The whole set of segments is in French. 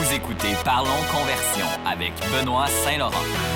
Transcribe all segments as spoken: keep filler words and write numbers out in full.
Vous écoutez Parlons Conversion avec Benoît Saint-Laurent.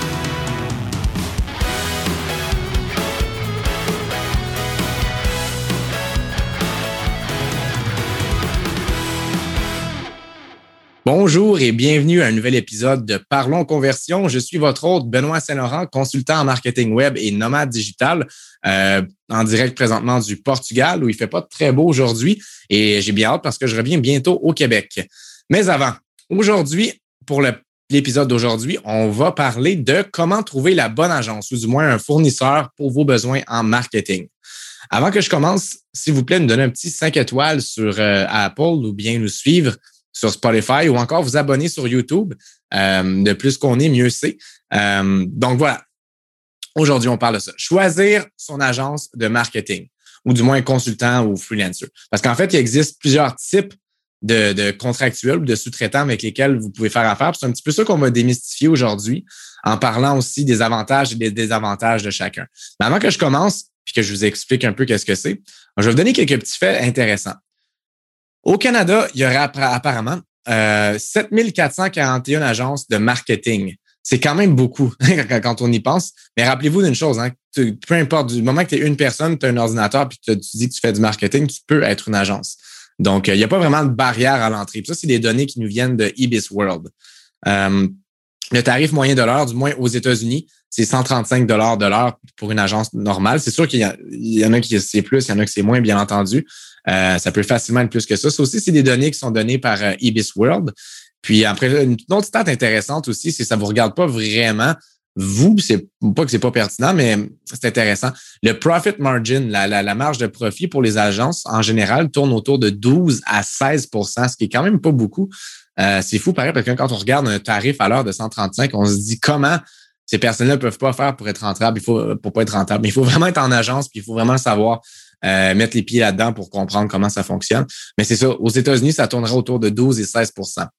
Bonjour et bienvenue à un nouvel épisode de Parlons Conversion. Je suis votre hôte Benoît Saint-Laurent, consultant en marketing web et nomade digital, euh, en direct présentement du Portugal où il fait pas très beau aujourd'hui et j'ai bien hâte parce que je reviens bientôt au Québec. Mais avant, aujourd'hui, pour le, l'épisode d'aujourd'hui, on va parler de comment trouver la bonne agence ou du moins un fournisseur pour vos besoins en marketing. Avant que je commence, s'il vous plaît, nous donner un petit cinq étoiles sur euh, Apple ou bien nous suivre sur Spotify ou encore vous abonner sur YouTube. Euh, de plus qu'on est, mieux c'est. Euh, donc voilà, aujourd'hui, on parle de ça. Choisir son agence de marketing ou du moins consultant ou freelancer. Parce qu'en fait, il existe plusieurs types de, de contractuels ou de sous-traitants avec lesquels vous pouvez faire affaire. C'est un petit peu ça qu'on va démystifier aujourd'hui en parlant aussi des avantages et des désavantages de chacun. Mais avant que je commence puis que je vous explique un peu qu'est-ce que c'est, je vais vous donner quelques petits faits intéressants. Au Canada, il y aurait apparemment euh, sept mille quatre cent quarante et un agences de marketing. C'est quand même beaucoup quand on y pense. Mais rappelez-vous d'une chose, hein, tu, peu importe, du moment que tu es une personne, tu as un ordinateur puis tu, tu dis que tu fais du marketing, tu peux être une agence. Donc, il n'y a pas vraiment de barrière à l'entrée. Puis ça, c'est des données qui nous viennent de Ibisworld. Euh, le tarif moyen de l'heure, du moins aux États-Unis, c'est cent trente-cinq dollars de l'heure pour une agence normale. C'est sûr qu'il y, a, il y en a qui c'est plus, il y en a qui c'est moins, bien entendu. Euh, ça peut facilement être plus que ça. Ça aussi, c'est des données qui sont données par euh, Ibisworld. Puis après, une autre stat intéressante aussi, c'est que ça vous regarde pas vraiment vous. C'est pas que c'est pas pertinent, mais c'est intéressant. Le profit margin, la, la, la marge de profit pour les agences en général tourne autour de douze à seize pour cent, ce qui est quand même pas beaucoup. Euh, c'est fou pareil parce que quand on regarde un tarif à l'heure de cent trente-cinq, on se dit comment ces personnes-là ne peuvent pas faire pour être rentables, il faut pour pas être rentable. Mais il faut vraiment être en agence, puis il faut vraiment savoir euh, mettre les pieds là-dedans pour comprendre comment ça fonctionne. Mais c'est ça, aux États-Unis, ça tournerait autour de douze et seize pour cent.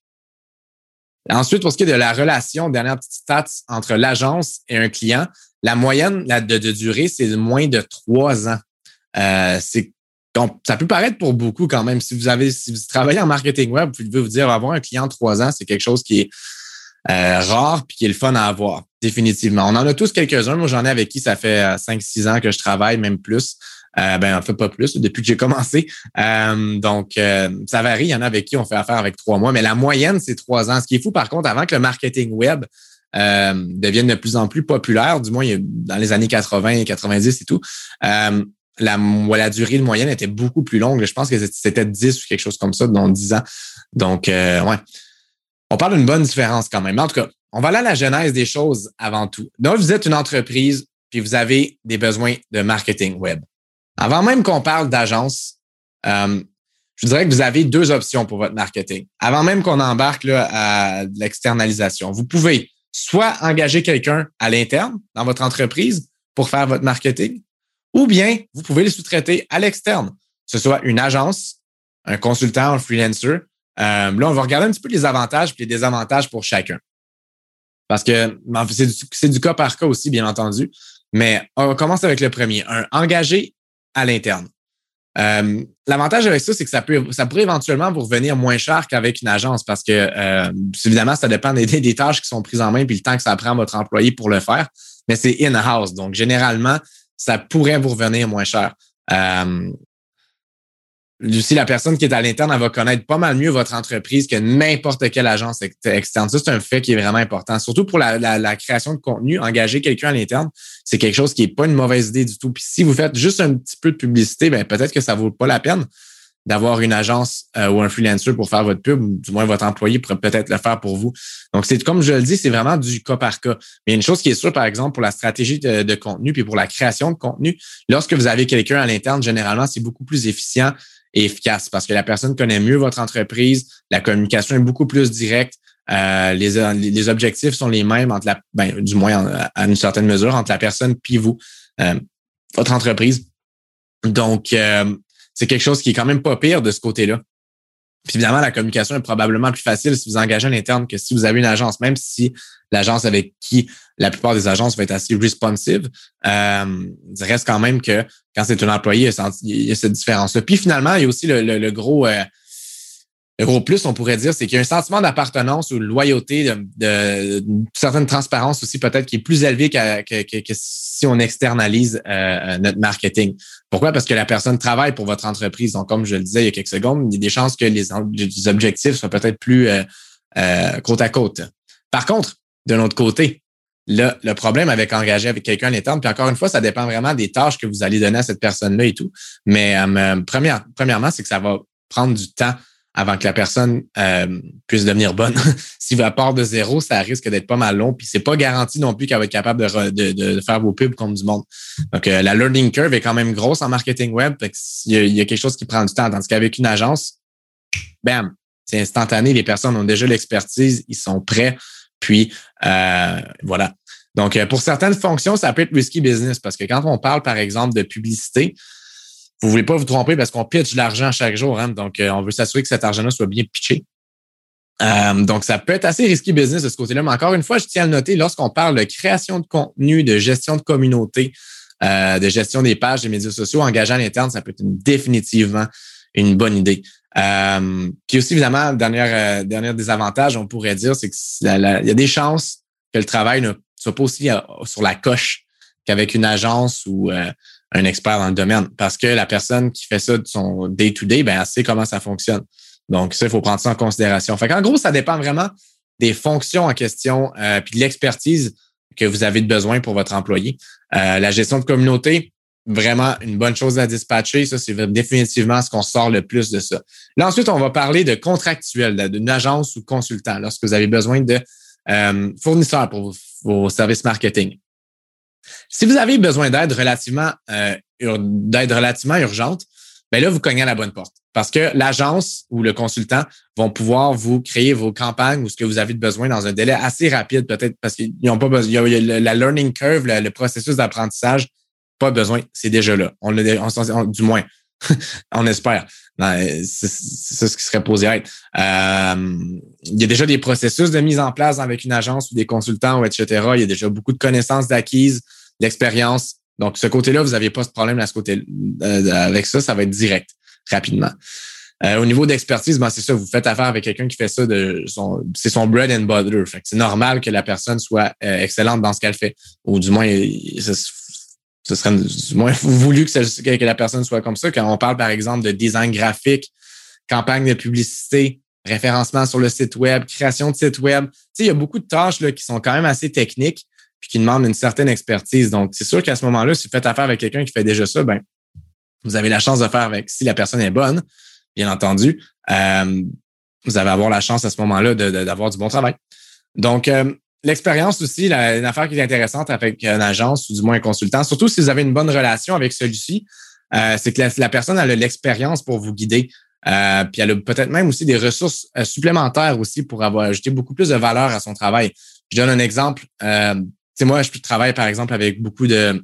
Ensuite, pour ce qui est de la relation, dernière petite stats entre l'agence et un client, la moyenne la, de, de durée, c'est de moins de trois ans. Euh, c'est donc, ça peut paraître pour beaucoup quand même. Si vous avez, si vous travaillez en marketing web, vous pouvez vous dire avoir un client de trois ans, c'est quelque chose qui est euh, rare puis qui est le fun à avoir, définitivement. On en a tous quelques-uns. Moi, j'en ai avec qui ça fait cinq six ans que je travaille, même plus. Euh, ben, en fait, pas plus, depuis que j'ai commencé. Euh, donc, euh, ça varie. Il y en a avec qui on fait affaire avec trois mois, mais la moyenne, c'est trois ans. Ce qui est fou, par contre, avant que le marketing web euh, devienne de plus en plus populaire, du moins dans les années quatre-vingts, quatre-vingt-dix et tout, euh, La, la durée de moyenne était beaucoup plus longue. Je pense que c'était dix ou quelque chose comme ça, dans dix ans. Donc, euh, ouais. On parle d'une bonne différence quand même. En tout cas, on va aller à la genèse des choses avant tout. Donc, vous êtes une entreprise puis vous avez des besoins de marketing web. Avant même qu'on parle d'agence, euh, je vous dirais que vous avez deux options pour votre marketing. Avant même qu'on embarque là, à l'externalisation, vous pouvez soit engager quelqu'un à l'interne dans votre entreprise pour faire votre marketing, ou bien, vous pouvez les sous-traiter à l'externe, que ce soit une agence, un consultant, un freelancer. Euh, là, on va regarder un petit peu les avantages et les désavantages pour chacun. Parce que c'est du, c'est du cas par cas aussi, bien entendu. Mais on commence avec le premier, un engagé à l'interne. Euh, l'avantage avec ça, c'est que ça peut, ça pourrait éventuellement vous revenir moins cher qu'avec une agence parce que, euh, évidemment, ça dépend des, des tâches qui sont prises en main puis le temps que ça prend à votre employé pour le faire. Mais c'est in-house. Donc, généralement, ça pourrait vous revenir moins cher. Euh, aussi, la personne qui est à l'interne, elle va connaître pas mal mieux votre entreprise que n'importe quelle agence externe. Ça, c'est un fait qui est vraiment important. Surtout pour la, la, la création de contenu, engager quelqu'un à l'interne, c'est quelque chose qui n'est pas une mauvaise idée du tout. Puis si vous faites juste un petit peu de publicité, ben peut-être que ça ne vaut pas la peine d'avoir une agence euh, ou un freelancer pour faire votre pub, ou du moins votre employé pourrait peut-être le faire pour vous. Donc, c'est comme je le dis, c'est vraiment du cas par cas. Mais une chose qui est sûre, par exemple, pour la stratégie de, de contenu puis pour la création de contenu, lorsque vous avez quelqu'un à l'interne, généralement, c'est beaucoup plus efficient et efficace parce que la personne connaît mieux votre entreprise, la communication est beaucoup plus directe, euh, les, les objectifs sont les mêmes entre la, ben, du moins en, à une certaine mesure, entre la personne puis vous, euh, votre entreprise. Donc, euh, c'est quelque chose qui est quand même pas pire de ce côté-là. Puis évidemment, la communication est probablement plus facile si vous engagez un interne que si vous avez une agence, même si l'agence avec qui la plupart des agences vont être assez responsive, euh, il reste quand même que quand c'est un employé, il y a cette différence-là. Puis finalement, il y a aussi le, le, le gros... Euh, Le gros plus, on pourrait dire, c'est qu'il y a un sentiment d'appartenance ou de loyauté, de, de, de certaine transparence aussi peut-être qui est plus élevé que, que, que, que si on externalise euh, notre marketing. Pourquoi? Parce que la personne travaille pour votre entreprise. Donc, comme je le disais il y a quelques secondes, il y a des chances que les, les objectifs soient peut-être plus euh, euh, côte à côte. Par contre, de l'autre côté, là, le problème avec engager avec quelqu'un à l'interne, puis encore une fois, ça dépend vraiment des tâches que vous allez donner à cette personne-là et tout. Mais euh, première, premièrement, c'est que ça va prendre du temps avant que la personne euh, puisse devenir bonne. Si elle part de zéro, ça risque d'être pas mal long. Puis c'est pas garanti non plus qu'elle va être capable de, re, de, de faire vos pubs comme du monde. Donc, euh, la learning curve est quand même grosse en marketing web. Fait que il, y a, il y a quelque chose qui prend du temps. Tandis qu'avec une agence, bam, c'est instantané. Les personnes ont déjà l'expertise, ils sont prêts. Puis euh, voilà. Donc, pour certaines fonctions, ça peut être risky business parce que quand on parle, par exemple, de publicité, vous ne voulez pas vous tromper parce qu'on pitch de l'argent chaque jour. Hein? Donc, euh, on veut s'assurer que cet argent-là soit bien pitché. Euh, donc, ça peut être assez risky business de ce côté-là. Mais encore une fois, je tiens à le noter, lorsqu'on parle de création de contenu, de gestion de communauté, euh, de gestion des pages, des médias sociaux, engageant à l'interne, ça peut être une, définitivement une bonne idée. Euh, puis aussi, évidemment, dernier, euh, dernier désavantage, on pourrait dire, c'est qu'il y a des chances que le travail ne soit pas aussi euh, sur la coche qu'avec une agence ou euh, un expert dans le domaine. Parce que la personne qui fait ça de son day-to-day, ben, elle sait comment ça fonctionne. Donc, ça, il faut prendre ça en considération. Fait qu'en gros, ça dépend vraiment des fonctions en question euh, puis de l'expertise que vous avez de besoin pour votre employé. Euh, la gestion de communauté, vraiment une bonne chose à dispatcher. Ça, c'est définitivement ce qu'on sort le plus de ça. Là, ensuite, on va parler de contractuel, d'une agence ou consultant, lorsque vous avez besoin de euh, fournisseurs pour vos, vos services marketing. Si vous avez besoin d'aide relativement euh, d'aide relativement urgente, bien là, vous cognez à la bonne porte. Parce que l'agence ou le consultant vont pouvoir vous créer vos campagnes ou ce que vous avez de besoin dans un délai assez rapide, peut-être parce qu'ils n'ont pas besoin. Il y a la learning curve, le, le processus d'apprentissage, pas besoin, c'est déjà là. On l'a, on, on, du moins, on espère. C'est, c'est ce qui serait posé être. Euh, il y a déjà des processus de mise en place avec une agence ou des consultants, ou et cetera. Il y a déjà beaucoup de connaissances d'acquises, d'expérience. Donc, ce côté-là, vous n'aviez pas ce problème à ce côté euh, avec ça, ça va être direct, rapidement. Euh, au niveau d'expertise, ben c'est ça, vous faites affaire avec quelqu'un qui fait ça de son, c'est son bread and butter. Fait que c'est normal que la personne soit euh, excellente dans ce qu'elle fait. Ou du moins, ce, ce serait du moins voulu que, ce, que la personne soit comme ça. Quand on parle, par exemple, de design graphique, campagne de publicité, référencement sur le site web, création de site web. Tu sais, il y a beaucoup de tâches là, qui sont quand même assez techniques puis qui demandent une certaine expertise. Donc, c'est sûr qu'à ce moment-là, si vous faites affaire avec quelqu'un qui fait déjà ça, ben, vous avez la chance de faire avec, si la personne est bonne, bien entendu, euh, vous allez avoir la chance à ce moment-là de, de, d'avoir du bon travail. Donc, euh, l'expérience aussi, la, une affaire qui est intéressante avec une agence ou du moins un consultant, surtout si vous avez une bonne relation avec celui-ci, euh, c'est que la, la personne elle a l'expérience pour vous guider. Euh, puis elle a peut-être même aussi des ressources euh, supplémentaires aussi pour avoir ajouté beaucoup plus de valeur à son travail. Je donne un exemple. Euh, tu sais, moi, je travaille par exemple avec beaucoup de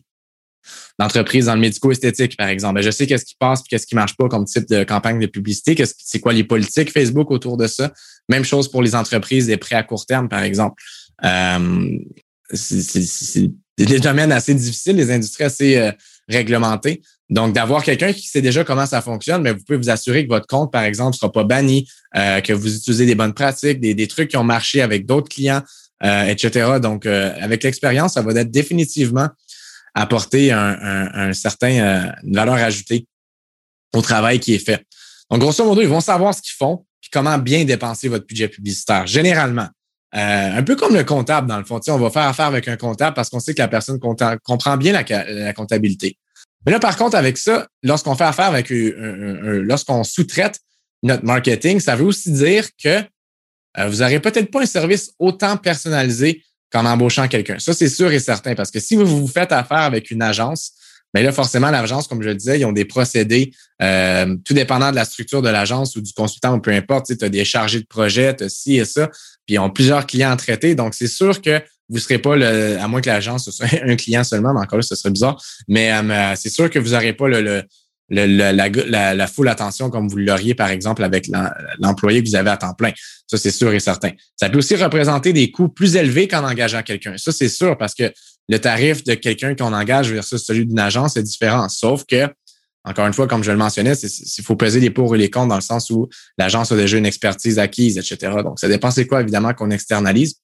d'entreprises dans le médico-esthétique, par exemple. Je sais qu'est-ce qui passe et qu'est-ce qui marche pas comme type de campagne de publicité. Qu'est-ce, c'est quoi les politiques Facebook autour de ça? Même chose pour les entreprises des prêts à court terme, par exemple. Euh, c'est, c'est, c'est des domaines assez difficiles, des industries assez euh, réglementées. Donc, d'avoir quelqu'un qui sait déjà comment ça fonctionne, mais vous pouvez vous assurer que votre compte, par exemple, ne sera pas banni, euh, que vous utilisez des bonnes pratiques, des, des trucs qui ont marché avec d'autres clients, euh, et cetera. Donc, euh, avec l'expérience, ça va être définitivement apporter un, un, un certain euh, une valeur ajoutée au travail qui est fait. Donc, grosso modo, ils vont savoir ce qu'ils font puis comment bien dépenser votre budget publicitaire. Généralement, euh, un peu comme le comptable, dans le fond. Tu sais, on va faire affaire avec un comptable parce qu'on sait que la personne compta- comprend bien la, la comptabilité. Mais là, par contre, avec ça, lorsqu'on fait affaire avec un, un, un, lorsqu'on sous-traite notre marketing, ça veut aussi dire que euh, vous n'aurez peut-être pas un service autant personnalisé qu'en embauchant quelqu'un. Ça, c'est sûr et certain, parce que si vous vous faites affaire avec une agence, bien là, forcément, l'agence, comme je le disais, ils ont des procédés, euh, tout dépendant de la structure de l'agence ou du consultant ou peu importe, tu as des chargés de projet, tu as ci et ça, puis ils ont plusieurs clients à traiter. Donc, c'est sûr que vous ne serez pas, le, à moins que l'agence ce soit un client seulement, mais encore là, ce serait bizarre, mais euh, c'est sûr que vous n'aurez pas le, le, le, la, la, la full attention comme vous l'auriez, par exemple, avec l'employé que vous avez à temps plein. Ça, c'est sûr et certain. Ça peut aussi représenter des coûts plus élevés qu'en engageant quelqu'un. Ça, c'est sûr, parce que le tarif de quelqu'un qu'on engage versus celui d'une agence est différent. Sauf que, encore une fois, comme je le mentionnais, il faut peser les pour et les contre dans le sens où l'agence a déjà une expertise acquise, et cetera. Donc, ça dépend c'est quoi, évidemment, qu'on externalise.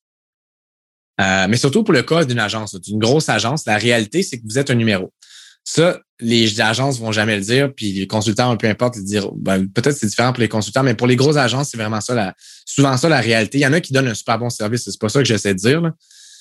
Euh, mais surtout pour le cas d'une agence, d'une grosse agence, la réalité, c'est que vous êtes un numéro. Ça, les agences vont jamais le dire, puis les consultants, peu importe, le dire. Ben, peut-être c'est différent pour les consultants, mais pour les grosses agences, c'est vraiment ça, la, souvent ça la réalité. Il y en a qui donnent un super bon service, c'est pas ça que j'essaie de dire, là.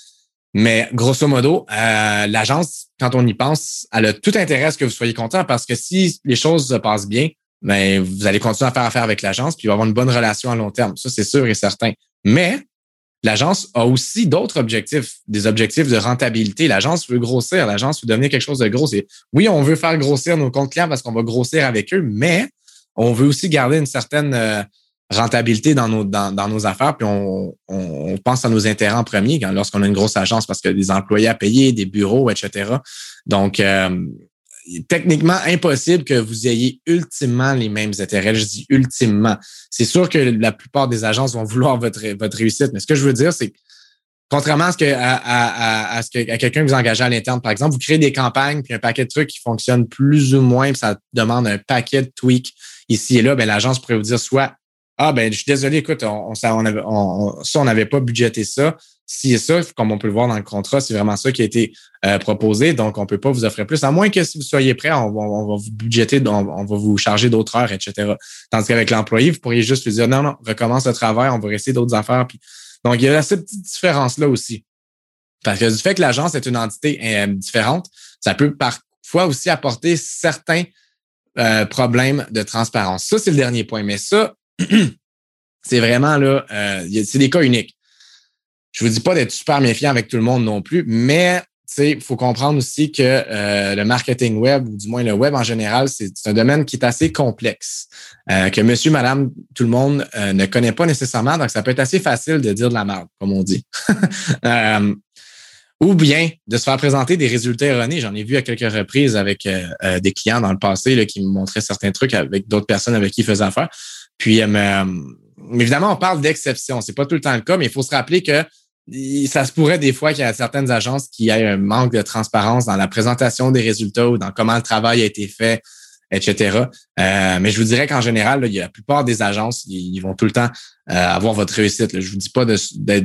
Mais grosso modo, euh, l'agence, quand on y pense, elle a tout intérêt à ce que vous soyez content parce que si les choses se passent bien, ben vous allez continuer à faire affaire avec l'agence, puis il va y avoir une bonne relation à long terme. Ça, c'est sûr et certain. Mais l'agence a aussi d'autres objectifs, des objectifs de rentabilité. L'agence veut grossir, l'agence veut devenir quelque chose de gros. Et oui, on veut faire grossir nos comptes clients parce qu'on va grossir avec eux, mais on veut aussi garder une certaine euh, rentabilité dans nos dans, dans nos affaires. Puis on, on, on pense à nos intérêts en premier quand, lorsqu'on a une grosse agence parce qu'il y a des employés à payer, des bureaux, et cetera. Donc, euh, techniquement impossible que vous ayez ultimement les mêmes intérêts. Je dis ultimement. C'est sûr que la plupart des agences vont vouloir votre, votre réussite, mais ce que je veux dire, c'est que contrairement à ce que à, à, à ce que à quelqu'un que vous engagez à l'interne, par exemple, vous créez des campagnes puis un paquet de trucs qui fonctionnent plus ou moins, puis ça demande un paquet de tweaks ici et là, ben l'agence pourrait vous dire soit ah ben je suis désolé, écoute, on, on, on avait, on, on, ça on n'avait pas budgété ça. Si et ça, comme on peut le voir dans le contrat, c'est vraiment ça qui a été euh, proposé. Donc, on peut pas vous offrir plus. À moins que si vous soyez prêt, on va, on va vous budgéter, on, on va vous charger d'autres heures, et cetera. Tandis qu'avec l'employé, vous pourriez juste lui dire non, non, recommence le travail, on va rester d'autres affaires. Puis, donc, il y a cette petite différence-là aussi. Parce que du fait que l'agence est une entité euh, différente, ça peut parfois aussi apporter certains euh, problèmes de transparence. Ça, c'est le dernier point. Mais ça, c'est vraiment là, euh, c'est des cas uniques. Je vous dis pas d'être super méfiant avec tout le monde non plus, mais il faut comprendre aussi que euh, le marketing web, ou du moins le web en général, c'est un domaine qui est assez complexe, euh, que monsieur, madame, tout le monde euh, ne connaît pas nécessairement, donc ça peut être assez facile de dire de la merde, comme on dit. euh, ou bien de se faire présenter des résultats erronés. J'en ai vu à quelques reprises avec euh, euh, des clients dans le passé là, qui me montraient certains trucs avec d'autres personnes avec qui ils faisaient affaire. Puis, euh, évidemment, on parle d'exception. C'est pas tout le temps le cas, mais il faut se rappeler que ça se pourrait des fois qu'il y a certaines agences qui aient un manque de transparence dans la présentation des résultats ou dans comment le travail a été fait, et cetera. Euh, mais je vous dirais qu'en général, là, il y a la plupart des agences, ils vont tout le temps euh, avoir votre réussite. Là. Je vous dis pas de, d'être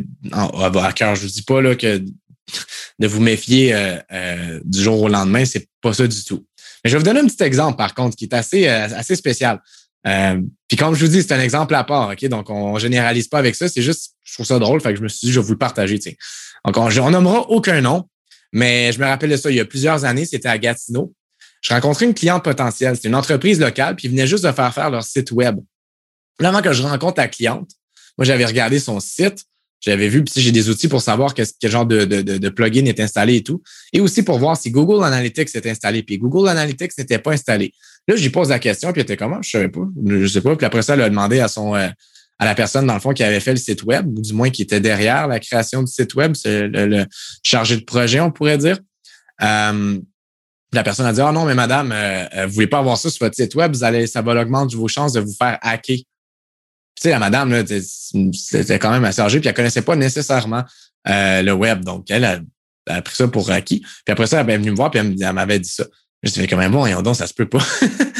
à cœur. Je vous dis pas là que de vous méfier euh, euh, du jour au lendemain, c'est pas ça du tout. Mais je vais vous donner un petit exemple, par contre, qui est assez, euh, assez spécial. Euh, puis comme je vous dis, c'est un exemple à part, OK? Donc, on généralise pas avec ça. C'est juste, je trouve ça drôle. Fait que je me suis dit, je vais vous le partager, tu sais. Donc, on, on nommera aucun nom, mais je me rappelle de ça il y a plusieurs années. C'était à Gatineau. Je rencontrais une cliente potentielle. C'était une entreprise locale, puis ils venaient juste de faire faire leur site web. Là, avant que je rencontre la cliente, moi, j'avais regardé son site. J'avais vu, puis j'ai des outils pour savoir quel, quel genre de, de, de, de plugin est installé et tout. Et aussi pour voir si Google Analytics est installé. Puis Google Analytics n'était pas installé. Là, j'y pose la question, puis elle était comment? Je savais pas. Je sais pas. Puis après ça, elle a demandé à son euh, à la personne, dans le fond, qui avait fait le site web, ou du moins qui était derrière la création du site web, c'est le, le chargé de projet, on pourrait dire. Euh, la personne a dit ah non, mais madame, euh, vous voulez pas avoir ça sur votre site web, vous allez, ça va augmenter vos chances de vous faire hacker. Tu sais, la madame, là, c'était quand même assez âgée, puis elle connaissait pas nécessairement euh, le web. Donc, elle a, elle a pris ça pour acquis. Puis après ça, elle est venue me voir, puis elle, elle m'avait dit ça. Je me suis dit, quand même, bon, et donc, ça se peut pas.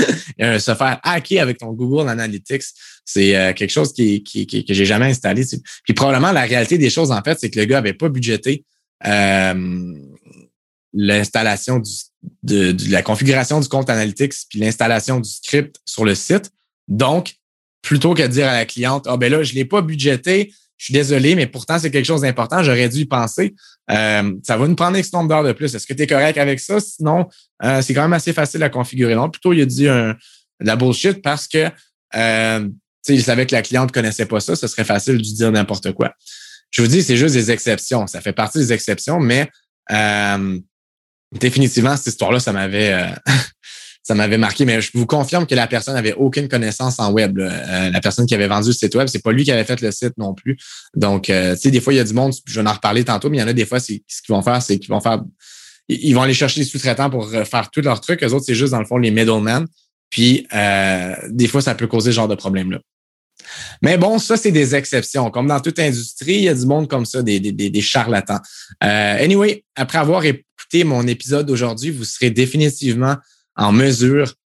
Se faire hacker avec ton Google Analytics, c'est euh, quelque chose qui, qui, qui, que j'ai jamais installé. Tu sais. Puis probablement, la réalité des choses, en fait, c'est que le gars avait pas budgété euh, l'installation du, de, de la configuration du compte Analytics puis l'installation du script sur le site. Donc, plutôt que de dire à la cliente, ah ben là, je l'ai pas budgété, je suis désolé, mais pourtant, c'est quelque chose d'important, j'aurais dû y penser. Euh, ça va nous prendre X nombre d'heures de plus. Est-ce que tu es correct avec ça? Sinon, euh, c'est quand même assez facile à configurer. Non, plutôt, il a dit un, de la bullshit parce que euh, il savait que la cliente connaissait pas ça, ce serait facile de lui dire n'importe quoi. Je vous dis, c'est juste des exceptions. Ça fait partie des exceptions, mais euh, définitivement, cette histoire-là, ça m'avait... Euh, ça m'avait marqué, mais je vous confirme que la personne n'avait aucune connaissance en web. Euh, la personne qui avait vendu le site web, c'est pas lui qui avait fait le site non plus. Donc, euh, tu sais, des fois, il y a du monde, je vais en reparler tantôt, mais il y en a des fois, c'est, ce qu'ils vont faire, c'est qu'ils vont faire, ils vont aller chercher les sous-traitants pour faire tous leurs trucs. Eux autres, c'est juste, dans le fond, les middlemen. Puis, euh, des fois, ça peut causer ce genre de problème-là. Mais bon, ça, c'est des exceptions. Comme dans toute industrie, il y a du monde comme ça, des, des, des charlatans. Euh, anyway, après avoir écouté mon épisode d'aujourd'hui, vous serez définitivement en mesure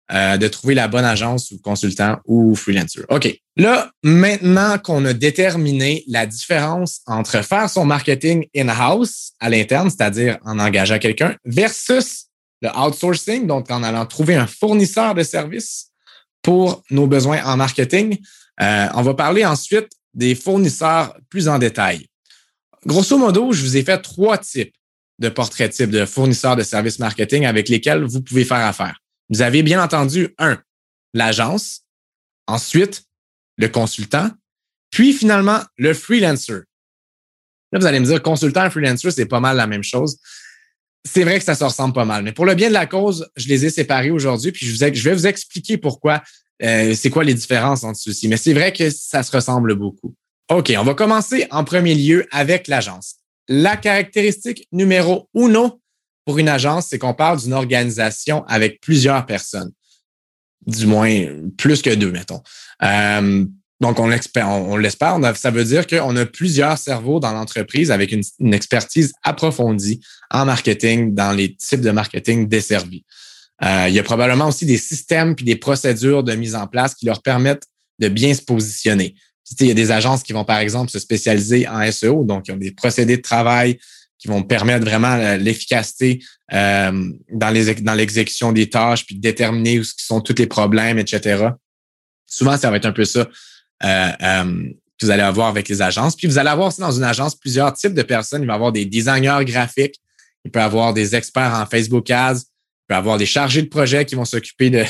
euh, de trouver la bonne agence ou consultant ou freelancer. OK. Là, maintenant qu'on a déterminé la différence entre faire son marketing in-house à l'interne, c'est-à-dire en engageant quelqu'un, versus le outsourcing, donc en allant trouver un fournisseur de services pour nos besoins en marketing, euh, on va parler ensuite des fournisseurs plus en détail. Grosso modo, je vous ai fait trois types de portraits types de fournisseurs de services marketing avec lesquels vous pouvez faire affaire. Vous avez bien entendu, un, l'agence, ensuite, le consultant, puis finalement, le freelancer. Là, vous allez me dire, consultant et freelancer, c'est pas mal la même chose. C'est vrai que ça se ressemble pas mal, mais pour le bien de la cause, je les ai séparés aujourd'hui, puis je, vous, je vais vous expliquer pourquoi, euh, c'est quoi les différences entre ceux-ci. Mais c'est vrai que ça se ressemble beaucoup. OK, on va commencer en premier lieu avec l'agence. La caractéristique numéro uno pour une agence, c'est qu'on parle d'une organisation avec plusieurs personnes. Du moins, plus que deux, mettons. Euh, donc, on, on, on l'espère. On a, ça veut dire qu'on a plusieurs cerveaux dans l'entreprise avec une, une expertise approfondie en marketing, dans les types de marketing desservis. Euh, il y a probablement aussi des systèmes puis des procédures de mise en place qui leur permettent de bien se positionner. Puis, il y a des agences qui vont, par exemple, se spécialiser en S E O, donc ils ont des procédés de travail qui vont permettre vraiment l'efficacité euh, dans, les, dans l'exécution des tâches, puis de déterminer où sont tous les problèmes, et cetera. Souvent, ça va être un peu ça euh, euh, que vous allez avoir avec les agences. Puis vous allez avoir aussi dans une agence plusieurs types de personnes. Il va y avoir des designers graphiques, il peut y avoir des experts en Facebook Ads, il peut y avoir des chargés de projet qui vont s'occuper de,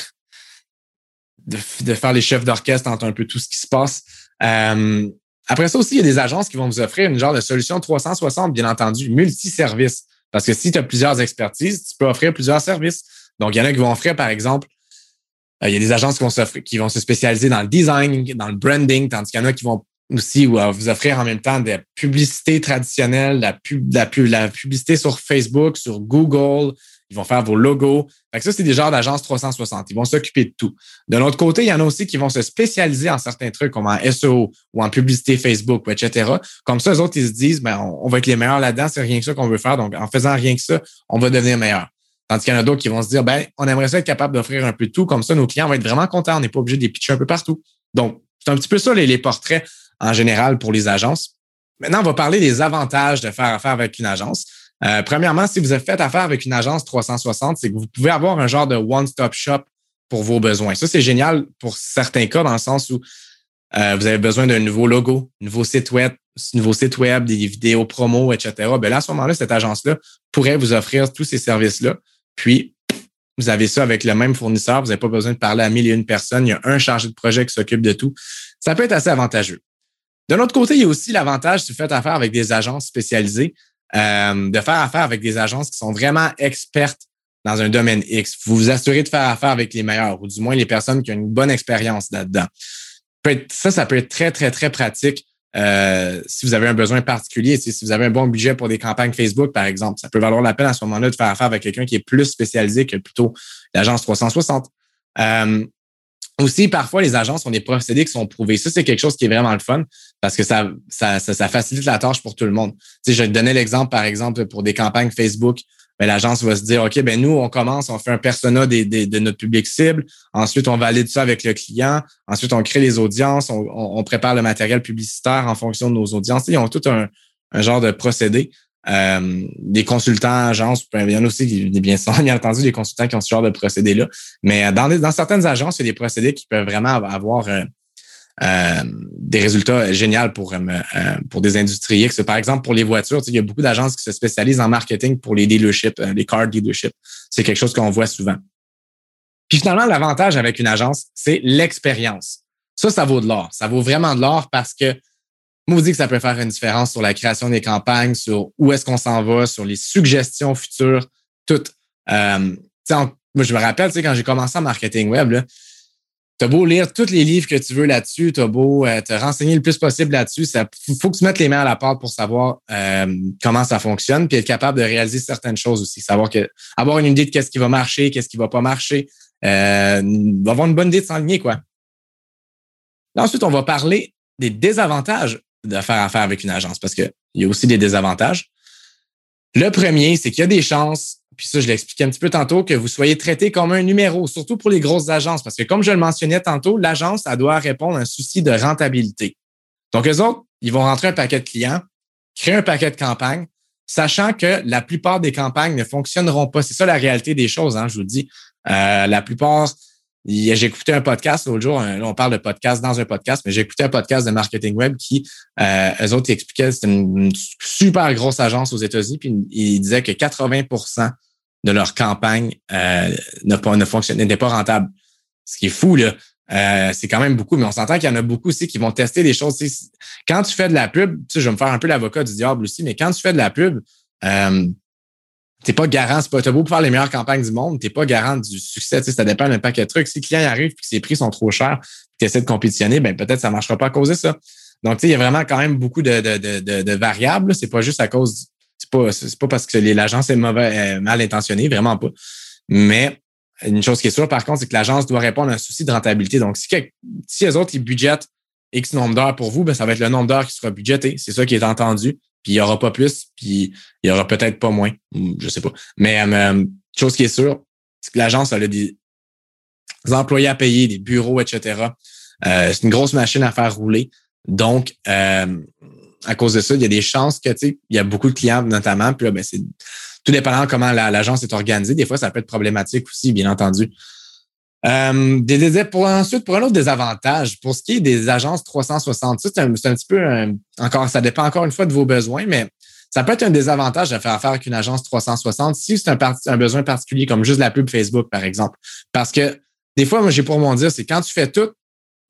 de, de faire les chefs d'orchestre entre un peu tout ce qui se passe. Euh, Après ça aussi, il y a des agences qui vont vous offrir une genre de solution trois cent soixante, bien entendu, multi-services. Parce que si tu as plusieurs expertises, tu peux offrir plusieurs services. Donc, il y en a qui vont offrir, par exemple, euh, il y a des agences qui vont, s'offrir, qui vont se spécialiser dans le design, dans le branding, tandis qu'il y en a qui vont aussi euh, vous offrir en même temps de la publicité traditionnelle, la, pub, la, pub, la publicité sur Facebook, sur Google. Ils vont faire vos logos. Fait que ça, c'est des genres d'agences trois cent soixante. Ils vont s'occuper de tout. De l'autre côté, il y en a aussi qui vont se spécialiser en certains trucs comme en S E O ou en publicité Facebook, et cetera. Comme ça, eux autres, ils se disent, ben, on, on va être les meilleurs là-dedans. C'est rien que ça qu'on veut faire. Donc, en faisant rien que ça, on va devenir meilleur. Tandis qu'il y en a d'autres qui vont se dire, ben, on aimerait ça être capable d'offrir un peu de tout. Comme ça, nos clients vont être vraiment contents. On n'est pas obligé de les pitcher un peu partout. Donc, c'est un petit peu ça, les, les portraits en général pour les agences. Maintenant, on va parler des avantages de faire affaire avec une agence. Euh, premièrement, si vous avez fait affaire avec une agence trois cent soixante, c'est que vous pouvez avoir un genre de one-stop shop pour vos besoins. Ça, c'est génial pour certains cas dans le sens où euh, vous avez besoin d'un nouveau logo, nouveau site web, nouveau site web, des vidéos promo, et cetera. Ben là, à ce moment-là, cette agence-là pourrait vous offrir tous ces services-là. Puis, vous avez ça avec le même fournisseur. Vous n'avez pas besoin de parler à mille et une personnes. Il y a un chargé de projet qui s'occupe de tout. Ça peut être assez avantageux. De l'autre côté, il y a aussi l'avantage si vous faites affaire avec des agences spécialisées. Euh, de faire affaire avec des agences qui sont vraiment expertes dans un domaine X. Vous vous assurez de faire affaire avec les meilleurs, ou du moins les personnes qui ont une bonne expérience là-dedans. Ça, ça peut être très, très, très pratique euh, si vous avez un besoin particulier. Si vous avez un bon budget pour des campagnes Facebook, par exemple, ça peut valoir la peine à ce moment-là de faire affaire avec quelqu'un qui est plus spécialisé que plutôt l'agence trois cent soixante. Euh, Aussi, parfois, les agences ont des procédés qui sont prouvés. Ça, c'est quelque chose qui est vraiment le fun parce que ça, ça, ça, ça facilite la tâche pour tout le monde. Tu sais, je vais te donner l'exemple, par exemple, pour des campagnes Facebook. Ben, l'agence va se dire, OK, ben nous, on commence, on fait un persona des, des, de notre public cible. Ensuite, on valide ça avec le client. Ensuite, on crée les audiences. On, on, on prépare le matériel publicitaire en fonction de nos audiences. Tu sais, ils ont tout un, un genre de procédé. Euh, des consultants, agences, il y en a aussi, bien, bien entendu, des consultants qui ont ce genre de procédé-là. Mais dans, les, dans certaines agences, il y a des procédés qui peuvent vraiment avoir euh, euh, des résultats géniaux pour, euh, pour des industries X. Par exemple, pour les voitures, il y a beaucoup d'agences qui se spécialisent en marketing pour les dealerships, euh, les car dealerships. C'est quelque chose qu'on voit souvent. Puis finalement, l'avantage avec une agence, c'est l'expérience. Ça, ça vaut de l'or. Ça vaut vraiment de l'or parce que moi, je vous dis que ça peut faire une différence sur la création des campagnes, sur où est-ce qu'on s'en va, sur les suggestions futures, toutes. Euh, on, moi, je me rappelle, quand j'ai commencé en marketing web, tu as beau lire tous les livres que tu veux là-dessus, tu as beau euh, te renseigner le plus possible là-dessus, il faut que tu mettes les mains à la pâte pour savoir euh, comment ça fonctionne, puis être capable de réaliser certaines choses aussi, savoir que avoir une idée de qu'est-ce qui va marcher, qu'est-ce qui va pas marcher, euh, avoir une bonne idée de s'enligner, quoi. Là, ensuite, on va parler des désavantages de faire affaire avec une agence parce qu'il y a aussi des désavantages. Le premier, c'est qu'il y a des chances puis ça, je l'ai expliqué un petit peu tantôt, que vous soyez traité comme un numéro, surtout pour les grosses agences, parce que comme je le mentionnais tantôt, l'agence, elle doit répondre à un souci de rentabilité. Donc, eux autres, ils vont rentrer un paquet de clients, créer un paquet de campagnes, sachant que la plupart des campagnes ne fonctionneront pas. C'est ça la réalité des choses, hein, je vous le dis. Euh, la plupart, j'ai écouté un podcast l'autre jour, là, on parle de podcast dans un podcast, mais j'ai écouté un podcast de marketing web qui, euh, eux autres, ils expliquaient que c'était une super grosse agence aux États-Unis, puis ils disaient que quatre-vingts pour cent de leur campagne euh, ne, ne fonctionnait, n'était pas rentable. Ce qui est fou, là. Euh, c'est quand même beaucoup, mais on s'entend qu'il y en a beaucoup aussi qui vont tester des choses. Tu sais, quand tu fais de la pub, tu sais, je vais me faire un peu l'avocat du diable aussi, mais quand tu fais de la pub, euh, t'es pas garant, c'est pas, t'as beau faire les meilleures campagnes du monde, t'es pas garant du succès, tu sais, ça dépend d'un paquet de trucs. Si le client arrive et que ses prix sont trop chers, tu essaies de compétitionner, ben peut-être ça marchera pas à cause de ça. Donc, tu sais, il y a vraiment quand même beaucoup de, de, de, de, de variables. C'est pas juste à cause, c'est pas, c'est pas parce que l'agence est mauvais, euh, mal intentionnée, vraiment pas. Mais une chose qui est sûre, par contre, c'est que l'agence doit répondre à un souci de rentabilité. Donc, si, quelque, si eux autres, ils budgètent X nombre d'heures pour vous, ben, ça va être le nombre d'heures qui sera budgété. C'est ça qui est entendu. Puis, il n'y aura pas plus, puis il n'y aura peut-être pas moins. Je sais pas. Mais, euh, chose qui est sûre, c'est que l'agence, elle a des employés à payer, des bureaux, et cetera. Euh, c'est une grosse machine à faire rouler. Donc, euh, à cause de ça, il y a des chances que, tu sais, il y a beaucoup de clients, notamment, puis là, ben, c'est tout dépendant comment la, l'agence est organisée. Des fois, ça peut être problématique aussi, bien entendu. Euh, des, des, pour ensuite, pour un autre désavantage, pour ce qui est des agences trois cent soixante, ça, c'est un, c'est un petit peu un, encore, ça dépend encore une fois de vos besoins, mais ça peut être un désavantage de faire affaire avec une agence trois cent soixante si c'est un, un besoin particulier, comme juste la pub Facebook, par exemple. Parce que des fois, moi, j'ai pour mon dire, c'est quand tu fais tout,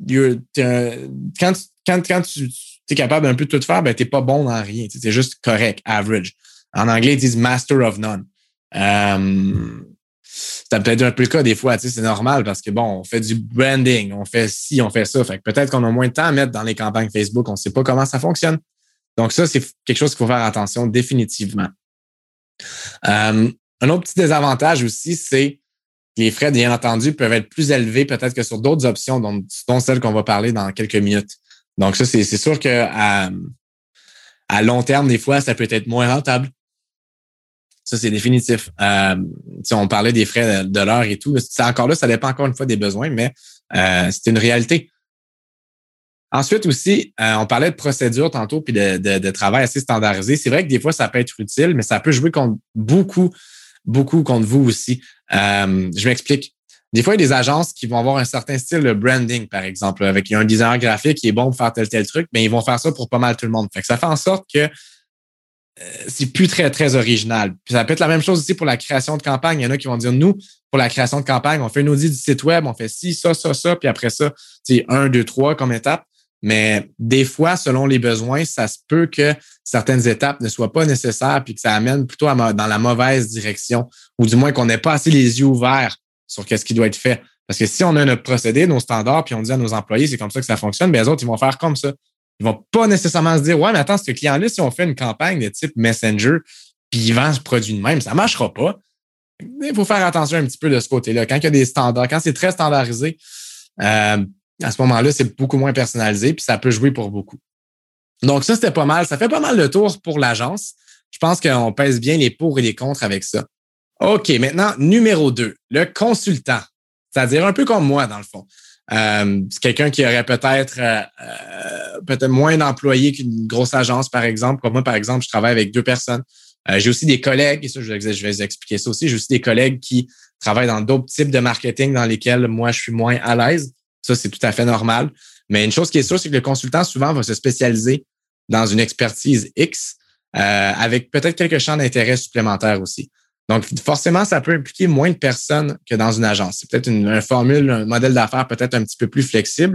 quand, quand, quand tu es capable d'un peu de tout faire, ben, t'es pas bon dans rien. C'est juste correct, average. En anglais, ils disent master of none. Euh, c'est peut-être un peu le cas des fois, tu sais, c'est normal parce que bon, on fait du branding, on fait ci, on fait ça. Fait que peut-être qu'on a moins de temps à mettre dans les campagnes Facebook, on ne sait pas comment ça fonctionne. Donc, ça, c'est quelque chose qu'il faut faire attention définitivement. Euh, un autre petit désavantage aussi, c'est que les frais, bien entendu, peuvent être plus élevés peut-être que sur d'autres options, dont, dont celles qu'on va parler dans quelques minutes. Donc, ça, c'est, c'est sûr que à, à long terme, des fois, ça peut être moins rentable. Ça, c'est définitif. Euh, si on parlait des frais de l'heure et tout, c'est encore là, ça dépend encore une fois des besoins, mais euh, c'est une réalité. Ensuite aussi, euh, on parlait de procédure tantôt puis de, de, de travail assez standardisé. C'est vrai que des fois, ça peut être utile, mais ça peut jouer contre beaucoup, beaucoup contre vous aussi. Euh, je m'explique. Des fois, il y a des agences qui vont avoir un certain style de branding, par exemple, avec un designer graphique qui est bon pour faire tel tel truc, mais ils vont faire ça pour pas mal tout le monde. Fait que ça fait en sorte que c'est plus très, très original. Puis ça peut être la même chose aussi pour la création de campagne. Il y en a qui vont dire, nous, pour la création de campagne, on fait une audit du site web, on fait ci, ça, ça, ça, puis après ça, c'est un, deux, trois comme étape. Mais des fois, selon les besoins, ça se peut que certaines étapes ne soient pas nécessaires puis que ça amène plutôt à, dans la mauvaise direction ou du moins qu'on n'ait pas assez les yeux ouverts sur qu'est-ce qui doit être fait. Parce que si on a notre procédé, nos standards, puis on dit à nos employés, c'est comme ça que ça fonctionne, bien les autres, ils vont faire comme ça. Ils vont pas nécessairement se dire, ouais, mais attends, ce client-là, si on fait une campagne de type Messenger, puis il vend ce produit de même, ça marchera pas. Il faut faire attention un petit peu de ce côté-là. Quand il y a des standards, quand c'est très standardisé, euh, à ce moment-là, c'est beaucoup moins personnalisé, puis ça peut jouer pour beaucoup. Donc, ça, c'était pas mal. Ça fait pas mal de tour pour l'agence. Je pense qu'on pèse bien les pour et les contre avec ça. OK, maintenant, numéro deux, le consultant. C'est-à-dire un peu comme moi, dans le fond. Euh, c'est quelqu'un qui aurait peut-être euh, euh, peut-être moins d'employés qu'une grosse agence, par exemple. Comme moi, par exemple, je travaille avec deux personnes. Euh, j'ai aussi des collègues, et ça, je vais, je vais vous expliquer ça aussi. J'ai aussi des collègues qui travaillent dans d'autres types de marketing dans lesquels moi, je suis moins à l'aise. Ça, c'est tout à fait normal. Mais une chose qui est sûre, c'est que le consultant, souvent, va se spécialiser dans une expertise X euh, avec peut-être quelques champs d'intérêt supplémentaires aussi. Donc, forcément, ça peut impliquer moins de personnes que dans une agence. C'est peut-être une, une formule, un modèle d'affaires peut-être un petit peu plus flexible.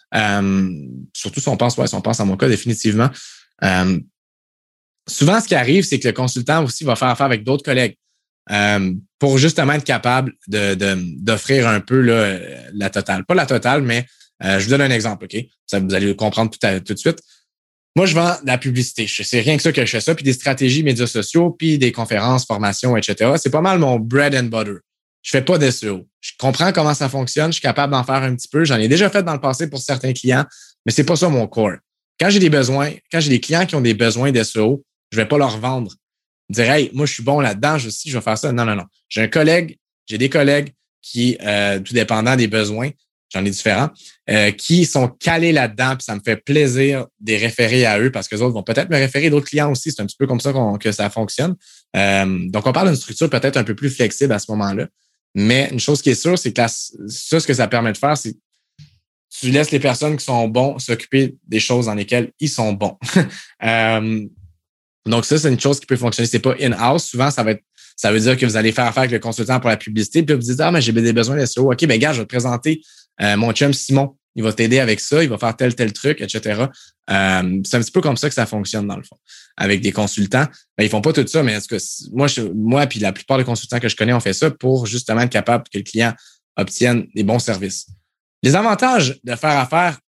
Euh, surtout si on pense, ouais, si on pense à mon cas, définitivement. Euh, souvent, ce qui arrive, c'est que le consultant aussi va faire affaire avec d'autres collègues euh, pour justement être capable de, de, d'offrir un peu là, la totale. Pas la totale, mais euh, je vous donne un exemple, OK? Ça, vous allez le comprendre tout, à, tout de suite. Moi, je vends de la publicité. C'est rien que ça que je fais ça, puis des stratégies médias sociaux, puis des conférences, formations, et cetera. C'est pas mal mon bread and butter. Je fais pas d'S E O. Je comprends comment ça fonctionne. Je suis capable d'en faire un petit peu. J'en ai déjà fait dans le passé pour certains clients, mais c'est pas ça mon core. Quand j'ai des besoins, quand j'ai des clients qui ont des besoins d'S E O, je vais pas leur vendre dire, hey, moi, je suis bon là-dedans, je sais, je vais faire ça. Non, non, non. J'ai un collègue, j'ai des collègues qui, euh, tout dépendant des besoins, j'en ai différents, euh, qui sont calés là-dedans, puis ça me fait plaisir de les référer à eux parce que les autres vont peut-être me référer d'autres clients aussi. C'est un petit peu comme ça qu'on, que ça fonctionne. Euh, donc, on parle d'une structure peut-être un peu plus flexible à ce moment-là. Mais une chose qui est sûre, c'est que la, ça, ce que ça permet de faire, c'est que tu laisses les personnes qui sont bons s'occuper des choses dans lesquelles ils sont bons. euh, donc, ça, c'est une chose qui peut fonctionner. C'est pas in-house. Souvent, ça va être ça veut dire que vous allez faire affaire avec le consultant pour la publicité, puis vous dites, ah, mais j'ai des besoins de S E O. OK, ben gars, je vais te présenter euh, mon chum Simon. Il va t'aider avec ça, il va faire tel, tel truc, et cetera. Euh, c'est un petit peu comme ça que ça fonctionne, dans le fond. Avec des consultants, ben, ils font pas tout ça, mais en tout cas, moi, je, moi, puis la plupart des consultants que je connais, on fait ça pour justement être capable que le client obtienne des bons services. Les avantages de faire affaire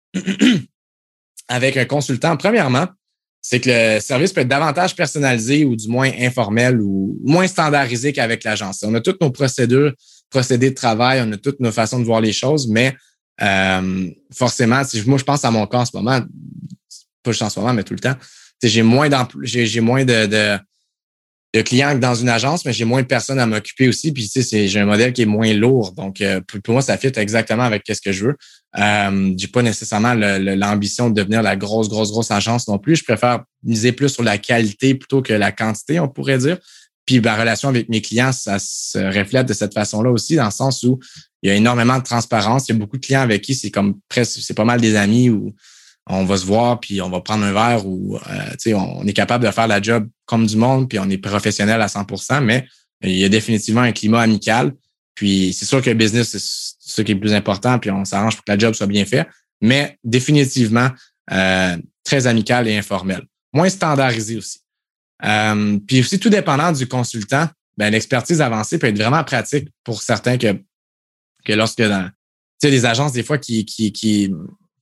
avec un consultant, premièrement, c'est que le service peut être davantage personnalisé ou du moins informel ou moins standardisé qu'avec l'agence. On a toutes nos procédures, procédés de travail, on a toutes nos façons de voir les choses, mais euh, forcément, si moi, je pense à mon cas en ce moment, pas juste en ce moment, mais tout le temps, j'ai moins j'ai, j'ai moins de, de, de clients que dans une agence, mais j'ai moins de personnes à m'occuper aussi. Puis, tu sais, j'ai un modèle qui est moins lourd. Donc, euh, pour, pour moi, ça fit exactement avec ce que je veux. Euh, j'ai pas nécessairement le, le, l'ambition de devenir la grosse, grosse, grosse agence non plus. Je préfère miser plus sur la qualité plutôt que la quantité, on pourrait dire. Puis, ma relation avec mes clients, ça se reflète de cette façon-là aussi, dans le sens où il y a énormément de transparence. Il y a beaucoup de clients avec qui c'est comme presque, c'est pas mal des amis où on va se voir, puis on va prendre un verre ou euh, tu sais, on est capable de faire la job comme du monde, puis on est professionnel à cent pour cent, mais il y a définitivement un climat amical. Puis c'est sûr que le business, c'est ce qui est le plus important, puis on s'arrange pour que la job soit bien faite, mais définitivement euh, très amical et informel. Moins standardisé aussi. Euh, puis aussi, tout dépendant du consultant, ben, l'expertise avancée peut être vraiment pratique pour certains que, que lorsque dans, tu sais, des agences, des fois, qui, qui, qui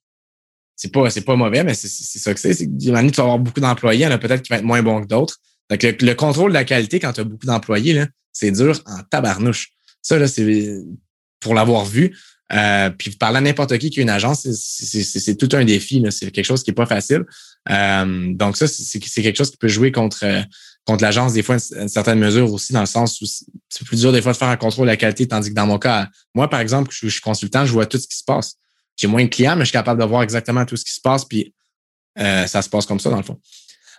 c'est pas, c'est pas mauvais, mais c'est, c'est ça que c'est. C'est que tu vas avoir beaucoup d'employés, il y en a peut-être qui vont être moins bons que d'autres. Donc, le, le contrôle de la qualité quand tu as beaucoup d'employés, là, c'est dur en tabarnouche. Ça, là, c'est pour l'avoir vu. Euh, puis parler à n'importe qui qui a une agence, c'est, c'est, c'est, c'est tout un défi. Là. C'est quelque chose qui est pas facile. Euh, donc, ça, c'est, c'est quelque chose qui peut jouer contre, contre l'agence, des fois, à une certaine mesure aussi, dans le sens où c'est plus dur des fois de faire un contrôle de la qualité, tandis que dans mon cas, moi, par exemple, je, je suis consultant, je vois tout ce qui se passe. J'ai moins de clients, mais je suis capable de voir exactement tout ce qui se passe, puis euh, ça se passe comme ça, dans le fond.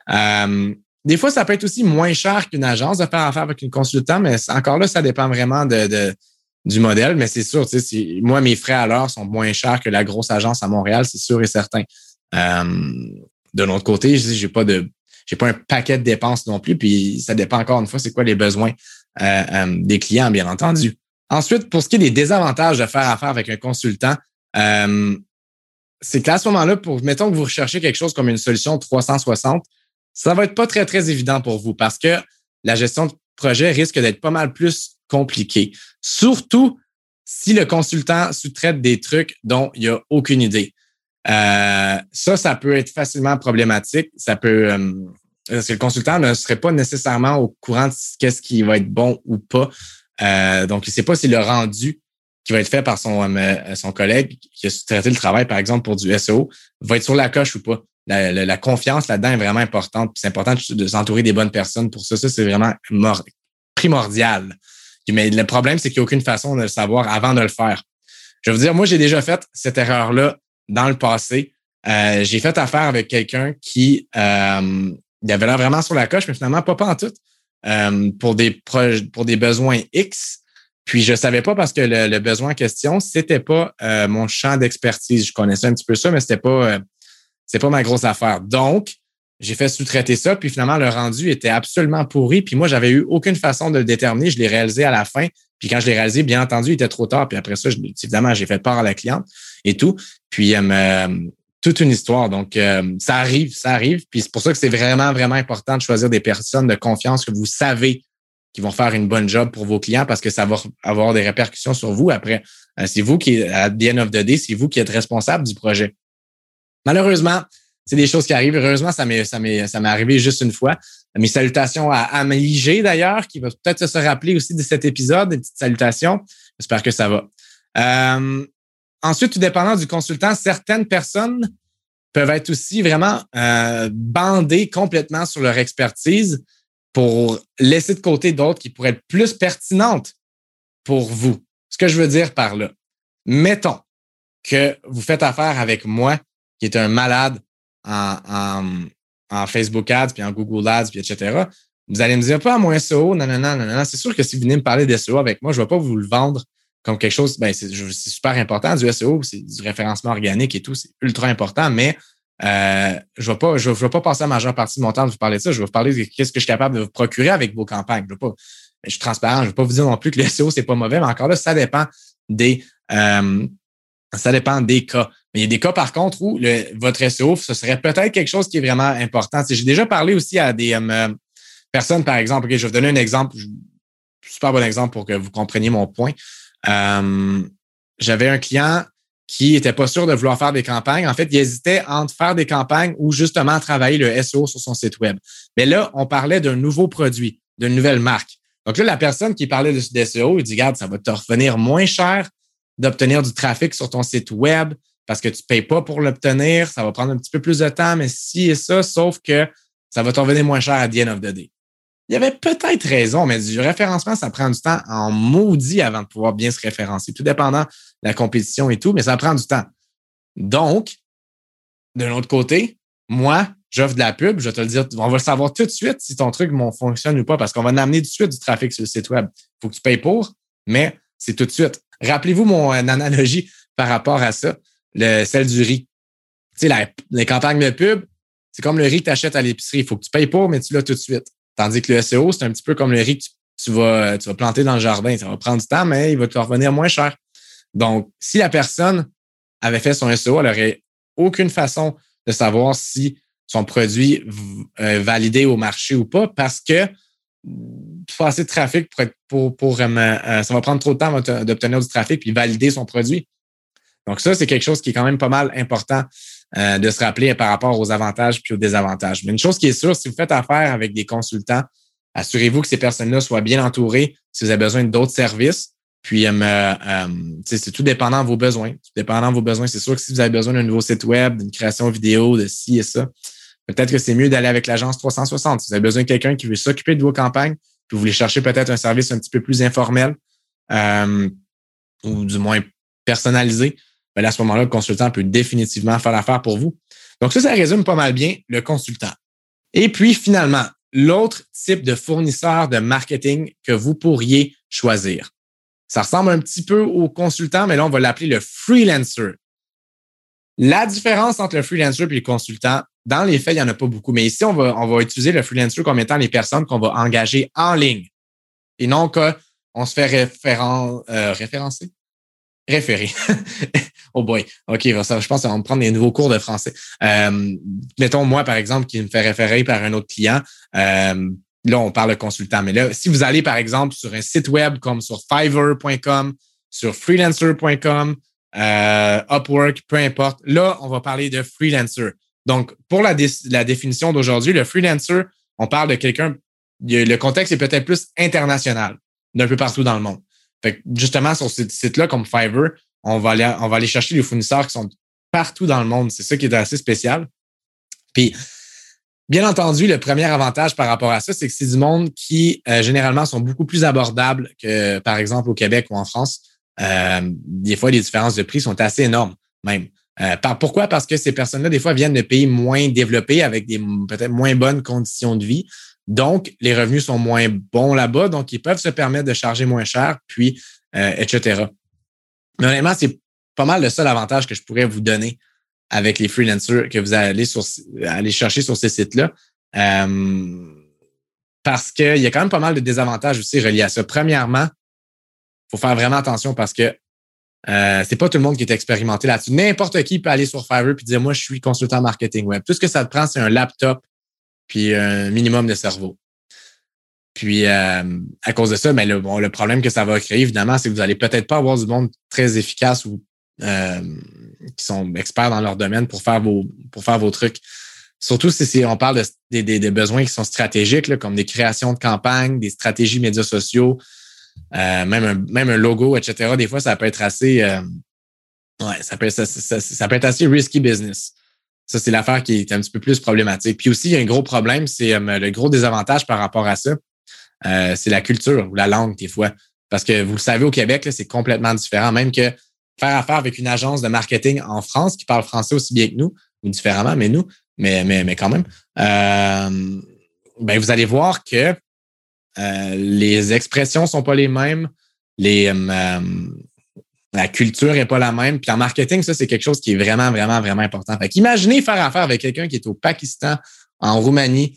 Euh, des fois, ça peut être aussi moins cher qu'une agence de faire affaire avec une consultant, mais encore là, ça dépend vraiment de, de du modèle. Mais c'est sûr, tu sais, si, moi, mes frais à l'heure sont moins chers que la grosse agence à Montréal, c'est sûr et certain. Euh, de l'autre côté, je dis, j'ai pas de j'ai pas un paquet de dépenses non plus, puis ça dépend encore une fois, c'est quoi les besoins euh, euh, des clients, bien entendu. Ensuite, pour ce qui est des désavantages de faire affaire avec un consultant, Euh, c'est qu'à ce moment-là, pour mettons que vous recherchez quelque chose comme une solution trois cent soixante, ça va être pas très, très évident pour vous parce que la gestion de projet risque d'être pas mal plus compliquée. Surtout si le consultant sous-traite des trucs dont il n'y a aucune idée. Euh, ça, ça peut être facilement problématique. Ça peut euh, parce que le consultant ne serait pas nécessairement au courant de qu'est-ce qui va être bon ou pas. Euh, donc, il ne sait pas si le rendu qui va être fait par son, euh, son collègue qui a traité le travail, par exemple, pour du S E O, va être sur la coche ou pas. La, la, la confiance là-dedans est vraiment importante. C'est important de, de s'entourer des bonnes personnes pour ça. Ça, c'est vraiment mor- primordial. Mais le problème, c'est qu'il n'y a aucune façon de le savoir avant de le faire. Je veux dire, moi, j'ai déjà fait cette erreur-là dans le passé. Euh, j'ai fait affaire avec quelqu'un qui euh, il avait l'air vraiment sur la coche, mais finalement, pas, pas en tout, euh, pour des pro- pour des besoins X. Puis, je savais pas parce que le, le besoin en question, c'était pas euh, mon champ d'expertise. Je connaissais un petit peu ça, mais c'était pas, euh, c'était pas ma grosse affaire. Donc, j'ai fait sous-traiter ça. Puis, finalement, le rendu était absolument pourri. Puis, moi, j'avais eu aucune façon de le déterminer. Je l'ai réalisé à la fin. Puis, quand je l'ai réalisé, bien entendu, il était trop tard. Puis, après ça, je, évidemment, j'ai fait part à la cliente et tout. Puis, euh, toute une histoire. Donc, euh, ça arrive, ça arrive. Puis, c'est pour ça que c'est vraiment, vraiment important de choisir des personnes de confiance que vous savez qui vont faire une bonne job pour vos clients parce que ça va avoir des répercussions sur vous après. C'est vous qui, à the end of the day, c'est vous qui êtes responsable du projet. Malheureusement, c'est des choses qui arrivent. Heureusement, ça m'est, ça m'est, ça m'est arrivé juste une fois. Mes salutations à Amélie G, d'ailleurs, qui va peut-être se rappeler aussi de cet épisode, des petites salutations. J'espère que ça va. Euh, ensuite, tout dépendant du consultant, certaines personnes peuvent être aussi vraiment euh, bandées complètement sur leur expertise. pour laisser de côté d'autres qui pourraient être plus pertinentes pour vous. Ce que je veux dire par là, mettons que vous faites affaire avec moi, qui est un malade en, en, en Facebook Ads, puis en Google Ads, puis et cetera. Vous allez me dire, pas à mon S E O, non, non, non, non, non. C'est sûr que si vous venez me parler d'S E O avec moi, je ne vais pas vous le vendre comme quelque chose, ben c'est, c'est super important. Du S E O, c'est du référencement organique et tout, c'est ultra important, mais euh, je ne vais pas, je, je vais pas passer la majeure partie de mon temps de vous parler de ça. Je vais vous parler de qu'est-ce que je suis capable de vous procurer avec vos campagnes. Je vais pas, je suis transparent, je ne vais pas vous dire non plus que le S E O, c'est pas mauvais, mais encore là, ça dépend des, euh, ça dépend des cas. Mais il y a des cas, par contre, où le, votre S E O, ce serait peut-être quelque chose qui est vraiment important. Tu sais, j'ai déjà parlé aussi à des euh, personnes, par exemple. Okay, je vais vous donner un exemple, super bon exemple pour que vous compreniez mon point. Euh, j'avais un client qui était pas sûr de vouloir faire des campagnes. En fait, il hésitait entre faire des campagnes ou justement travailler le S E O sur son site web. Mais là, on parlait d'un nouveau produit, d'une nouvelle marque. Donc là, la personne qui parlait de, de S E O, il dit, regarde, ça va te revenir moins cher d'obtenir du trafic sur ton site web parce que tu ne payes pas pour l'obtenir. Ça va prendre un petit peu plus de temps, mais si et ça, sauf que ça va te revenir moins cher à the end of the day. Il y avait peut-être raison, mais du référencement, ça prend du temps en maudit avant de pouvoir bien se référencer, tout dépendant de la compétition et tout, mais ça prend du temps. Donc, de l'autre côté, moi, j'offre de la pub, je vais te le dire, on va le savoir tout de suite si ton truc fonctionne ou pas, parce qu'on va en amener tout de suite du trafic sur le site web. Il faut que tu payes pour, mais c'est tout de suite. Rappelez-vous mon analogie par rapport à ça, le, celle du riz. Tu sais, la, les campagnes de pub, c'est comme le riz que tu achètes à l'épicerie. Il faut que tu payes pour, mais tu l'as tout de suite. Tandis que le S E O, c'est un petit peu comme le riz que tu, tu, vas, tu vas planter dans le jardin. Ça va prendre du temps, mais il va te revenir moins cher. Donc, si la personne avait fait son S E O, elle n'aurait aucune façon de savoir si son produit est validé au marché ou pas parce que il faut assez de trafic pour, être, pour, pour euh, ça va prendre trop de temps d'obtenir du trafic puis valider son produit. Donc, ça, c'est quelque chose qui est quand même pas mal important euh, de se rappeler par rapport aux avantages puis aux désavantages. Mais une chose qui est sûre, si vous faites affaire avec des consultants, assurez-vous que ces personnes-là soient bien entourées si vous avez besoin d'autres services. Puis, euh, euh, c'est tout dépendant de vos besoins. Tout dépendant de vos besoins. C'est sûr que si vous avez besoin d'un nouveau site web, d'une création vidéo, de ci et ça, peut-être que c'est mieux d'aller avec l'agence trois cent soixante. Si vous avez besoin de quelqu'un qui veut s'occuper de vos campagnes, puis vous voulez chercher peut-être un service un petit peu plus informel euh, ou du moins personnalisé, bien là, à ce moment-là, le consultant peut définitivement faire l'affaire pour vous. Donc ça, ça résume pas mal bien le consultant. Et puis finalement, l'autre type de fournisseur de marketing que vous pourriez choisir. Ça ressemble un petit peu au consultant, mais là, on va l'appeler le freelancer. La différence entre le freelancer et le consultant, dans les faits, il n'y en a pas beaucoup. Mais ici, on va, on va utiliser le freelancer comme étant les personnes qu'on va engager en ligne. Et non qu'on se fait référen, euh, référencer? Référer. Oh boy. OK, ça, je pense qu'on va me prendre des nouveaux cours de français. Euh, mettons, moi, par exemple, qui me fait référer par un autre client. Euh, là, on parle de consultant. Mais là, si vous allez, par exemple, sur un site web comme sur Fiverr point com, sur freelancer point com, euh, Upwork, peu importe, là, on va parler de freelancer. Donc, pour la, dé- la définition d'aujourd'hui, le freelancer, on parle de quelqu'un, le contexte est peut-être plus international, d'un peu partout dans le monde. Fait que justement, sur ce site-là, comme Fiverr, on va aller, on va aller chercher les fournisseurs qui sont partout dans le monde. C'est ça qui est assez spécial. Puis, bien entendu, le premier avantage par rapport à ça, c'est que c'est du monde qui, euh, généralement, sont beaucoup plus abordables que, par exemple, au Québec ou en France. Euh, des fois, les différences de prix sont assez énormes, même. Euh, par, pourquoi? Parce que ces personnes-là, des fois, viennent de pays moins développés avec des peut-être moins bonnes conditions de vie. Donc, les revenus sont moins bons là-bas, donc ils peuvent se permettre de charger moins cher, puis euh, et cetera. Mais honnêtement, c'est pas mal le seul avantage que je pourrais vous donner avec les freelancers que vous allez sur, aller chercher sur ces sites-là. Euh, parce qu'il y a quand même pas mal de désavantages aussi reliés à ça. Premièrement, il faut faire vraiment attention parce que euh, c'est pas tout le monde qui est expérimenté là-dessus. N'importe qui peut aller sur Fiverr et dire « Moi, je suis consultant marketing web ». Tout ce que ça te prend, c'est un laptop puis un minimum de cerveau. Puis, euh, à cause de ça, ben, le, bon, le problème que ça va créer, évidemment, c'est que vous allez peut-être pas avoir du monde très efficace ou euh, qui sont experts dans leur domaine pour faire vos, pour faire vos trucs. Surtout si c'est, on parle de, des, des, des besoins qui sont stratégiques, là, comme des créations de campagnes, des stratégies médias sociaux, euh, même, un, même un logo, et cetera. Des fois, ça peut être assez, euh, ouais, ça peut, ça, ça, ça peut être assez risky business. Ça, c'est l'affaire qui est un petit peu plus problématique. Puis aussi, il y a un gros problème, c'est euh, le gros désavantage par rapport à ça, euh, c'est la culture ou la langue, des fois. Parce que vous le savez, au Québec, là, c'est complètement différent. Même que faire affaire avec une agence de marketing en France qui parle français aussi bien que nous, ou différemment, mais nous, mais, mais, mais quand même, euh, ben, vous allez voir que euh, les expressions sont pas les mêmes, les, euh, la culture est pas la même. Puis en marketing, ça, c'est quelque chose qui est vraiment, vraiment, vraiment important. Fait qu'imaginez faire affaire avec quelqu'un qui est au Pakistan, en Roumanie,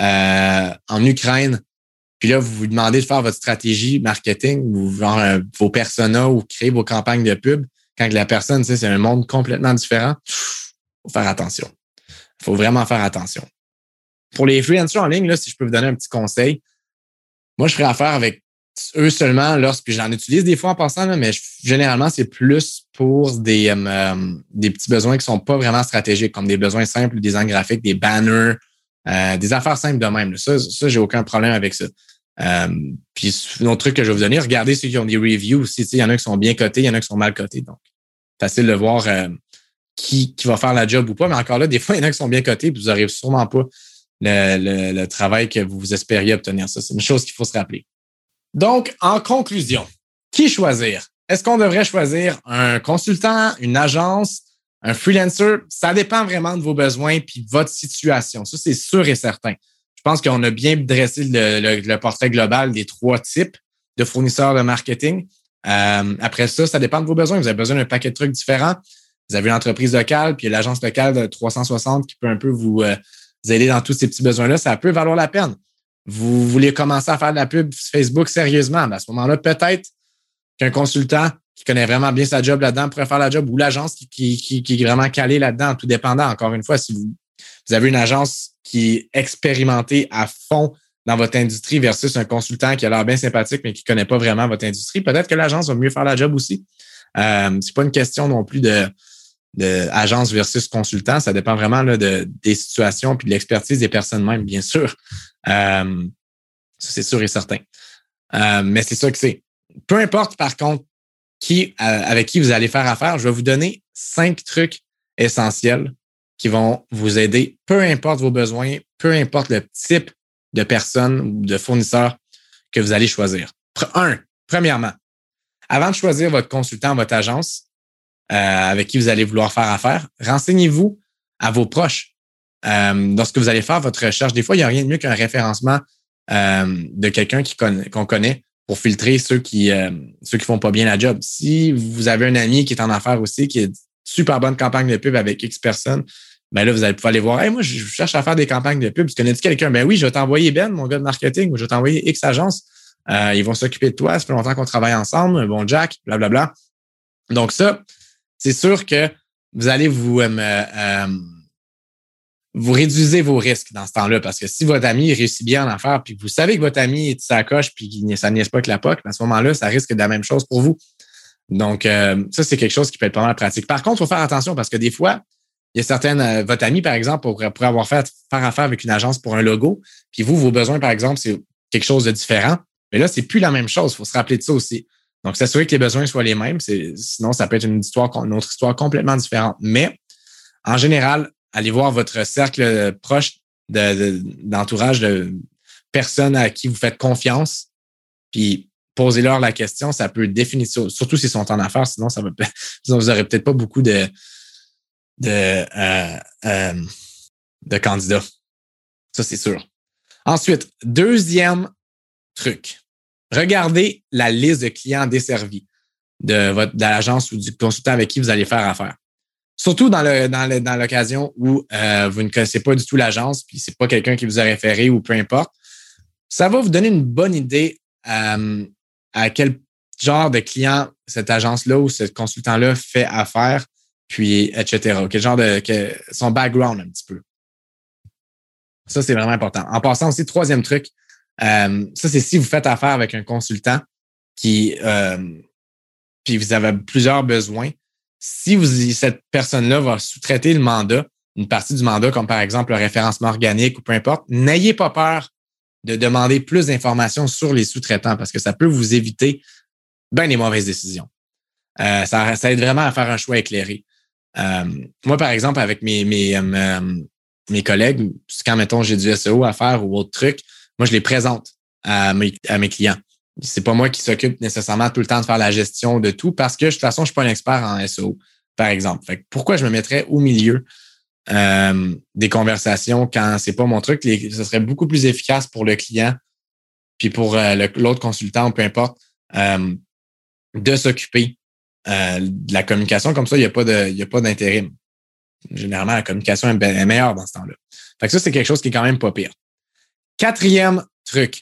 euh, en Ukraine, puis là, vous vous demandez de faire votre stratégie marketing ou genre euh, vos personas ou créer vos campagnes de pub. Quand la personne, tu sais, c'est un monde complètement différent, il faut faire attention. Il faut vraiment faire attention. Pour les influenceurs en ligne, là, si je peux vous donner un petit conseil, moi, je ferai affaire avec eux seulement lorsque j'en utilise des fois en passant, là, mais je, généralement, c'est plus pour des, euh, des petits besoins qui sont pas vraiment stratégiques, comme des besoins simples, des design graphiques, des banners, euh, des affaires simples de même. Là. Ça, ça, j'ai aucun problème avec ça. Euh, puis, un autre truc que je vais vous donner, regardez ceux qui ont des reviews aussi. Il y en a qui sont bien cotés, il y en a qui sont mal cotés. Donc, facile de voir euh, qui, qui va faire la job ou pas. Mais encore là, des fois, il y en a qui sont bien cotés, puis vous n'aurez sûrement pas le, le, le travail que vous espériez obtenir. Ça, c'est une chose qu'il faut se rappeler. Donc, en conclusion, qui choisir? Est-ce qu'on devrait choisir un consultant, une agence, un freelancer? Ça dépend vraiment de vos besoins puis de votre situation. Ça, c'est sûr et certain. Je pense qu'on a bien dressé le, le, le portrait global des trois types de fournisseurs de marketing. Euh, après ça, ça dépend de vos besoins. Vous avez besoin d'un paquet de trucs différents. Vous avez une entreprise locale, puis l'agence locale de trois cent soixante qui peut un peu vous, euh, vous aider dans tous ces petits besoins-là. Ça peut valoir la peine. Vous voulez commencer à faire de la pub Facebook sérieusement, ben à ce moment-là, peut-être qu'un consultant qui connaît vraiment bien sa job là-dedans pourrait faire la job ou l'agence qui, qui, qui, qui est vraiment calée là-dedans, tout dépendant. Encore une fois, si vous, vous avez une agence qui est expérimentée à fond dans votre industrie versus un consultant qui a l'air bien sympathique mais qui ne connaît pas vraiment votre industrie, peut-être que l'agence va mieux faire la job aussi. Euh, c'est pas une question non plus de, de agence versus consultant. Ça dépend vraiment là, de, des situations puis de l'expertise des personnes même, bien sûr. Euh, ça, c'est sûr et certain. Euh, mais c'est ça que c'est. Peu importe, par contre, qui, euh, avec qui vous allez faire affaire, je vais vous donner cinq trucs essentiels qui vont vous aider, peu importe vos besoins, peu importe le type de personne ou de fournisseur que vous allez choisir. Un, premièrement, avant de choisir votre consultant, votre agence euh, avec qui vous allez vouloir faire affaire, renseignez-vous à vos proches. Euh, lorsque vous allez faire votre recherche, des fois, il n'y a rien de mieux qu'un référencement euh, de quelqu'un qui connaît, qu'on connaît pour filtrer ceux qui euh, ceux qui font pas bien la job. Si vous avez un ami qui est en affaires aussi, qui a une super bonne campagne de pub avec X personnes, ben là, vous allez pouvoir aller voir, hey, moi, je cherche à faire des campagnes de pub. Tu connais-tu quelqu'un? Ben oui, je vais t'envoyer Ben, mon gars de marketing, ou je vais t'envoyer X agence. Euh, ils vont s'occuper de toi. Ça fait longtemps qu'on travaille ensemble. Bon, Jack, blablabla. Donc, ça, c'est sûr que vous allez vous, euh, euh, vous réduisez vos risques dans ce temps-là. Parce que si votre ami réussit bien en affaires, puis que vous savez que votre ami est de sa coche, puis qu'il ça niaise pas que la poque, à ce moment-là, ça risque de la même chose pour vous. Donc, euh, ça, c'est quelque chose qui peut être pas mal pratique. Par contre, il faut faire attention parce que des fois, il y a certaines, euh, votre ami, par exemple, pourrait, pourrait avoir fait faire affaire avec une agence pour un logo, puis vous, vos besoins, par exemple, c'est quelque chose de différent. Mais là, c'est plus la même chose. Il faut se rappeler de ça aussi. Donc, s'assurer que les besoins soient les mêmes. C'est, sinon, ça peut être une histoire, une autre histoire complètement différente. Mais, en général, allez voir votre cercle proche de, de, d'entourage de personnes à qui vous faites confiance, puis posez-leur la question. Ça peut définir, surtout s'ils sont en affaires, sinon, ça va, sinon vous n'aurez peut-être pas beaucoup de, de, euh, euh, de candidats. Ça, c'est sûr. Ensuite, deuxième truc. Regardez la liste de clients desservis de, votre, de l'agence ou du consultant avec qui vous allez faire affaire. Surtout dans, le, dans, le, dans l'occasion où euh, vous ne connaissez pas du tout l'agence, puis c'est pas quelqu'un qui vous a référé ou peu importe. Ça va vous donner une bonne idée euh, à quel genre de client cette agence-là ou ce consultant-là fait affaire, puis et cetera. Quel genre de que, son background un petit peu. Ça, c'est vraiment important. En passant aussi, troisième truc, euh, ça, c'est si vous faites affaire avec un consultant qui euh, puis vous avez plusieurs besoins. Si vous, cette personne-là va sous-traiter le mandat, une partie du mandat, comme par exemple le référencement organique ou peu importe, n'ayez pas peur de demander plus d'informations sur les sous-traitants parce que ça peut vous éviter bien des mauvaises décisions. Euh, ça, ça aide vraiment à faire un choix éclairé. Euh, moi, par exemple, avec mes, mes, euh, mes collègues, quand, mettons, j'ai du S E O à faire ou autre truc, moi, je les présente à mes, à mes clients. C'est pas moi qui s'occupe nécessairement tout le temps de faire la gestion de tout parce que, de toute façon, je suis pas un expert en S E O, par exemple. Fait que pourquoi je me mettrais au milieu euh, des conversations quand c'est pas mon truc? Les, ce serait beaucoup plus efficace pour le client puis pour euh, le, l'autre consultant, peu importe, euh, de s'occuper euh, de la communication. Comme ça, il n'y a pas de, il y a pas d'intérim. Généralement, la communication est, est meilleure dans ce temps-là. Fait que ça, c'est quelque chose qui est quand même pas pire. Quatrième truc.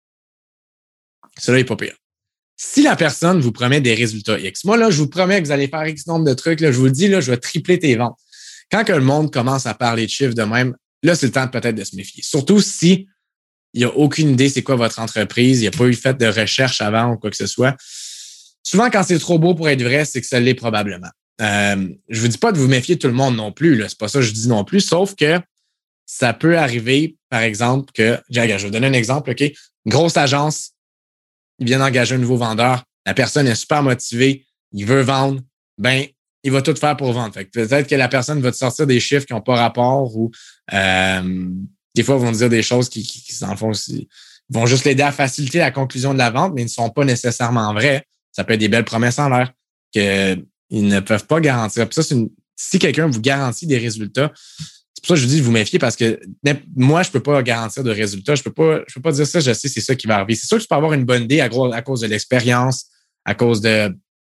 Celui-là est pas pire. Si la personne vous promet des résultats X, moi, là, je vous promets que vous allez faire X nombre de trucs, là, je vous le dis, là, je vais tripler tes ventes. Quand que le monde commence à parler de chiffres de même, là, c'est le temps peut-être de se méfier. Surtout si il n'y a aucune idée c'est quoi votre entreprise, il n'y a pas eu fait de recherche avant ou quoi que ce soit. Souvent, quand c'est trop beau pour être vrai, c'est que ça l'est probablement. Euh, je vous dis pas de vous méfier de tout le monde non plus, là. C'est pas ça que je dis non plus, sauf que ça peut arriver, par exemple, que, je vais vous donner un exemple, OK? Une grosse agence, ils viennent engager un nouveau vendeur, la personne est super motivée, il veut vendre, ben, il va tout faire pour vendre. Fait que peut-être que la personne va te sortir des chiffres qui n'ont pas rapport ou euh, des fois, ils vont dire des choses qui, qui, qui dans le fond, ils vont juste l'aider à faciliter la conclusion de la vente, mais ils ne sont pas nécessairement vrais. Ça peut être des belles promesses en l'air qu'ils ne peuvent pas garantir. Puis ça, c'est une, si quelqu'un vous garantit des résultats, c'est pour ça que je vous dis de vous méfier parce que moi, je ne peux pas garantir de résultats. Je ne peux pas, je peux pas dire ça, je sais, c'est ça qui va arriver. C'est sûr que tu peux avoir une bonne idée à, gros, à cause de l'expérience, à cause de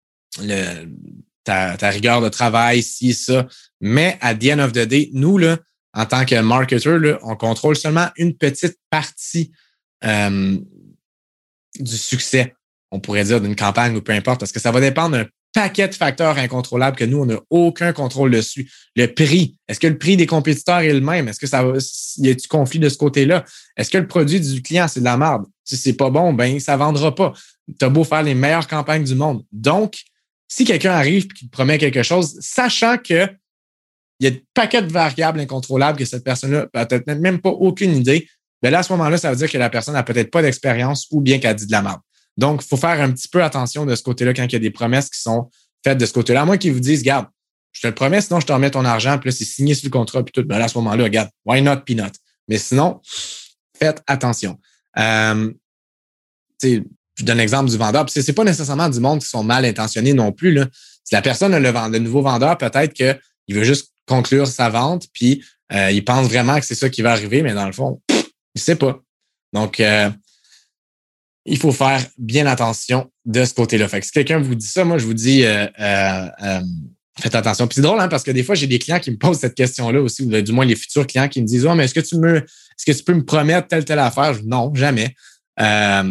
le, ta, ta rigueur de travail, ci, ça. Mais à the end of the day, nous, là, en tant que marketeur, là, on contrôle seulement une petite partie euh, du succès, on pourrait dire, d'une campagne ou peu importe, parce que ça va dépendre d'un paquet de facteurs incontrôlables que nous, on n'a aucun contrôle dessus. Le prix, est-ce que le prix des compétiteurs est le même? Est-ce que ça va, y a du conflit de ce côté-là? Est-ce que le produit du client, c'est de la merde? Si c'est pas bon, ben ça vendra pas. T'as beau faire les meilleures campagnes du monde. Donc, si quelqu'un arrive et qu'il te promet quelque chose, sachant que il y a des paquets de variables incontrôlables que cette personne-là n'a peut-être même pas aucune idée, bien là, à ce moment-là, ça veut dire que la personne n'a peut-être pas d'expérience ou bien qu'elle dit de la merde. Donc, il faut faire un petit peu attention de ce côté-là quand il y a des promesses qui sont faites de ce côté-là. À moins qu'ils vous disent, regarde, je te le promets, sinon je te remets ton argent, puis là, c'est signé sur le contrat, puis tout. Bien là, à ce moment-là, regarde, why not, peanut? Mais sinon, faites attention. Euh, tu sais, je donne l'exemple du vendeur. Puis c'est pas nécessairement du monde qui sont mal intentionnés non plus, là. Si la personne a le, le nouveau vendeur, peut-être qu'il veut juste conclure sa vente, puis euh, il pense vraiment que c'est ça qui va arriver, mais dans le fond, pff, il sait pas. Donc, euh, il faut faire bien attention de ce côté-là. Fait que si quelqu'un vous dit ça, moi, je vous dis euh, euh, euh, faites attention. Puis c'est drôle, hein, parce que des fois, j'ai des clients qui me posent cette question-là aussi, ou du moins les futurs clients qui me disent « Oh, mais est-ce que tu me est-ce que tu peux me promettre telle, telle affaire? » Je dis « Non, jamais. Euh, »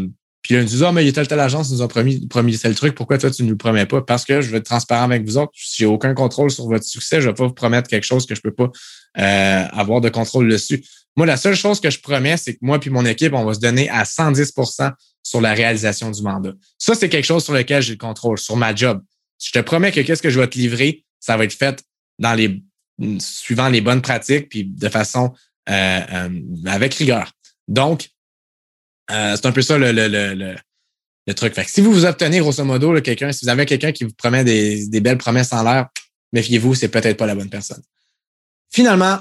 Puis là, ils me disent « Ah, oh, mais il y a telle, telle agence qui nous a promis, promis tel truc. Pourquoi toi, tu ne nous le promets pas? » Parce que je vais être transparent avec vous autres. Si j'ai aucun contrôle sur votre succès, je ne vais pas vous promettre quelque chose que je ne peux pas euh, avoir de contrôle dessus. Moi, la seule chose que je promets, c'est que moi puis mon équipe, on va se donner à cent dix pour cent sur la réalisation du mandat. Ça, c'est quelque chose sur lequel j'ai le contrôle, sur ma job. Je te promets que qu'est-ce que je vais te livrer, ça va être fait dans les suivant les bonnes pratiques puis de façon euh, euh, avec rigueur. Donc, euh, c'est un peu ça le, le, le, le, le truc. Fait que si vous vous obtenez, grosso modo, là, quelqu'un, si vous avez quelqu'un qui vous promet des, des belles promesses en l'air, méfiez-vous, c'est peut-être pas la bonne personne. Finalement,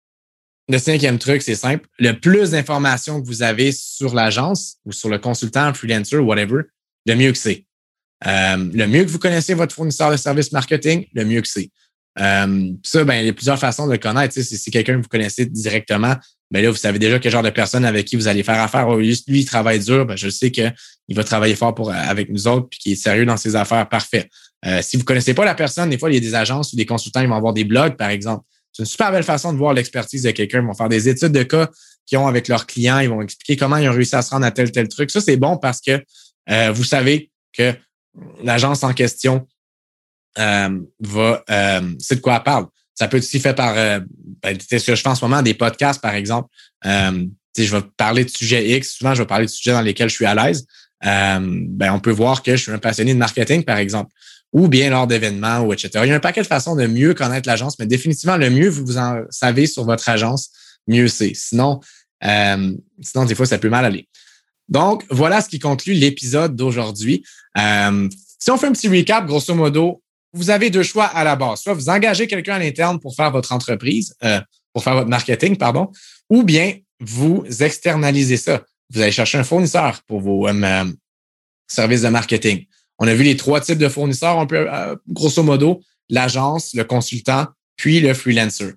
le cinquième truc, c'est simple. Le plus d'informations que vous avez sur l'agence ou sur le consultant, freelancer, whatever, le mieux que c'est. Euh, le mieux que vous connaissez votre fournisseur de services marketing, le mieux que c'est. Euh, ça, ben, il y a plusieurs façons de le connaître. Si c'est quelqu'un que vous connaissez directement, ben là, vous savez déjà quel genre de personne avec qui vous allez faire affaire. Oh, lui, il travaille dur, ben, je sais qu'il va travailler fort pour avec nous autres puis qu'il est sérieux dans ses affaires. Parfait. Euh, si vous connaissez pas la personne, des fois, il y a des agences ou des consultants, ils vont avoir des blogs, par exemple. C'est une super belle façon de voir l'expertise de quelqu'un. Ils vont faire des études de cas qu'ils ont avec leurs clients. Ils vont expliquer comment ils ont réussi à se rendre à tel, tel truc. Ça, c'est bon parce que euh, vous savez que l'agence en question euh, va, euh, c'est de quoi elle parle. Ça peut être aussi fait par, euh, ben, c'est ce que je fais en ce moment, des podcasts, par exemple. Euh, je vais parler de sujets X. Souvent, je vais parler de sujets dans lesquels je suis à l'aise. Euh, ben, on peut voir que je suis un passionné de marketing, par exemple, ou bien lors d'événements, ou et cetera. Il y a un paquet de façons de mieux connaître l'agence, mais définitivement, le mieux vous en savez sur votre agence, mieux c'est. Sinon, euh, sinon, des fois, ça peut mal aller. Donc, voilà ce qui conclut l'épisode d'aujourd'hui. Euh, si on fait un petit recap, grosso modo, vous avez deux choix à la base. Soit vous engagez quelqu'un à l'interne pour faire votre entreprise, euh, pour faire votre marketing, pardon, ou bien vous externalisez ça. Vous allez chercher un fournisseur pour vos euh, services de marketing. On a vu les trois types de fournisseurs, on peut, euh, grosso modo, l'agence, le consultant, puis le freelancer.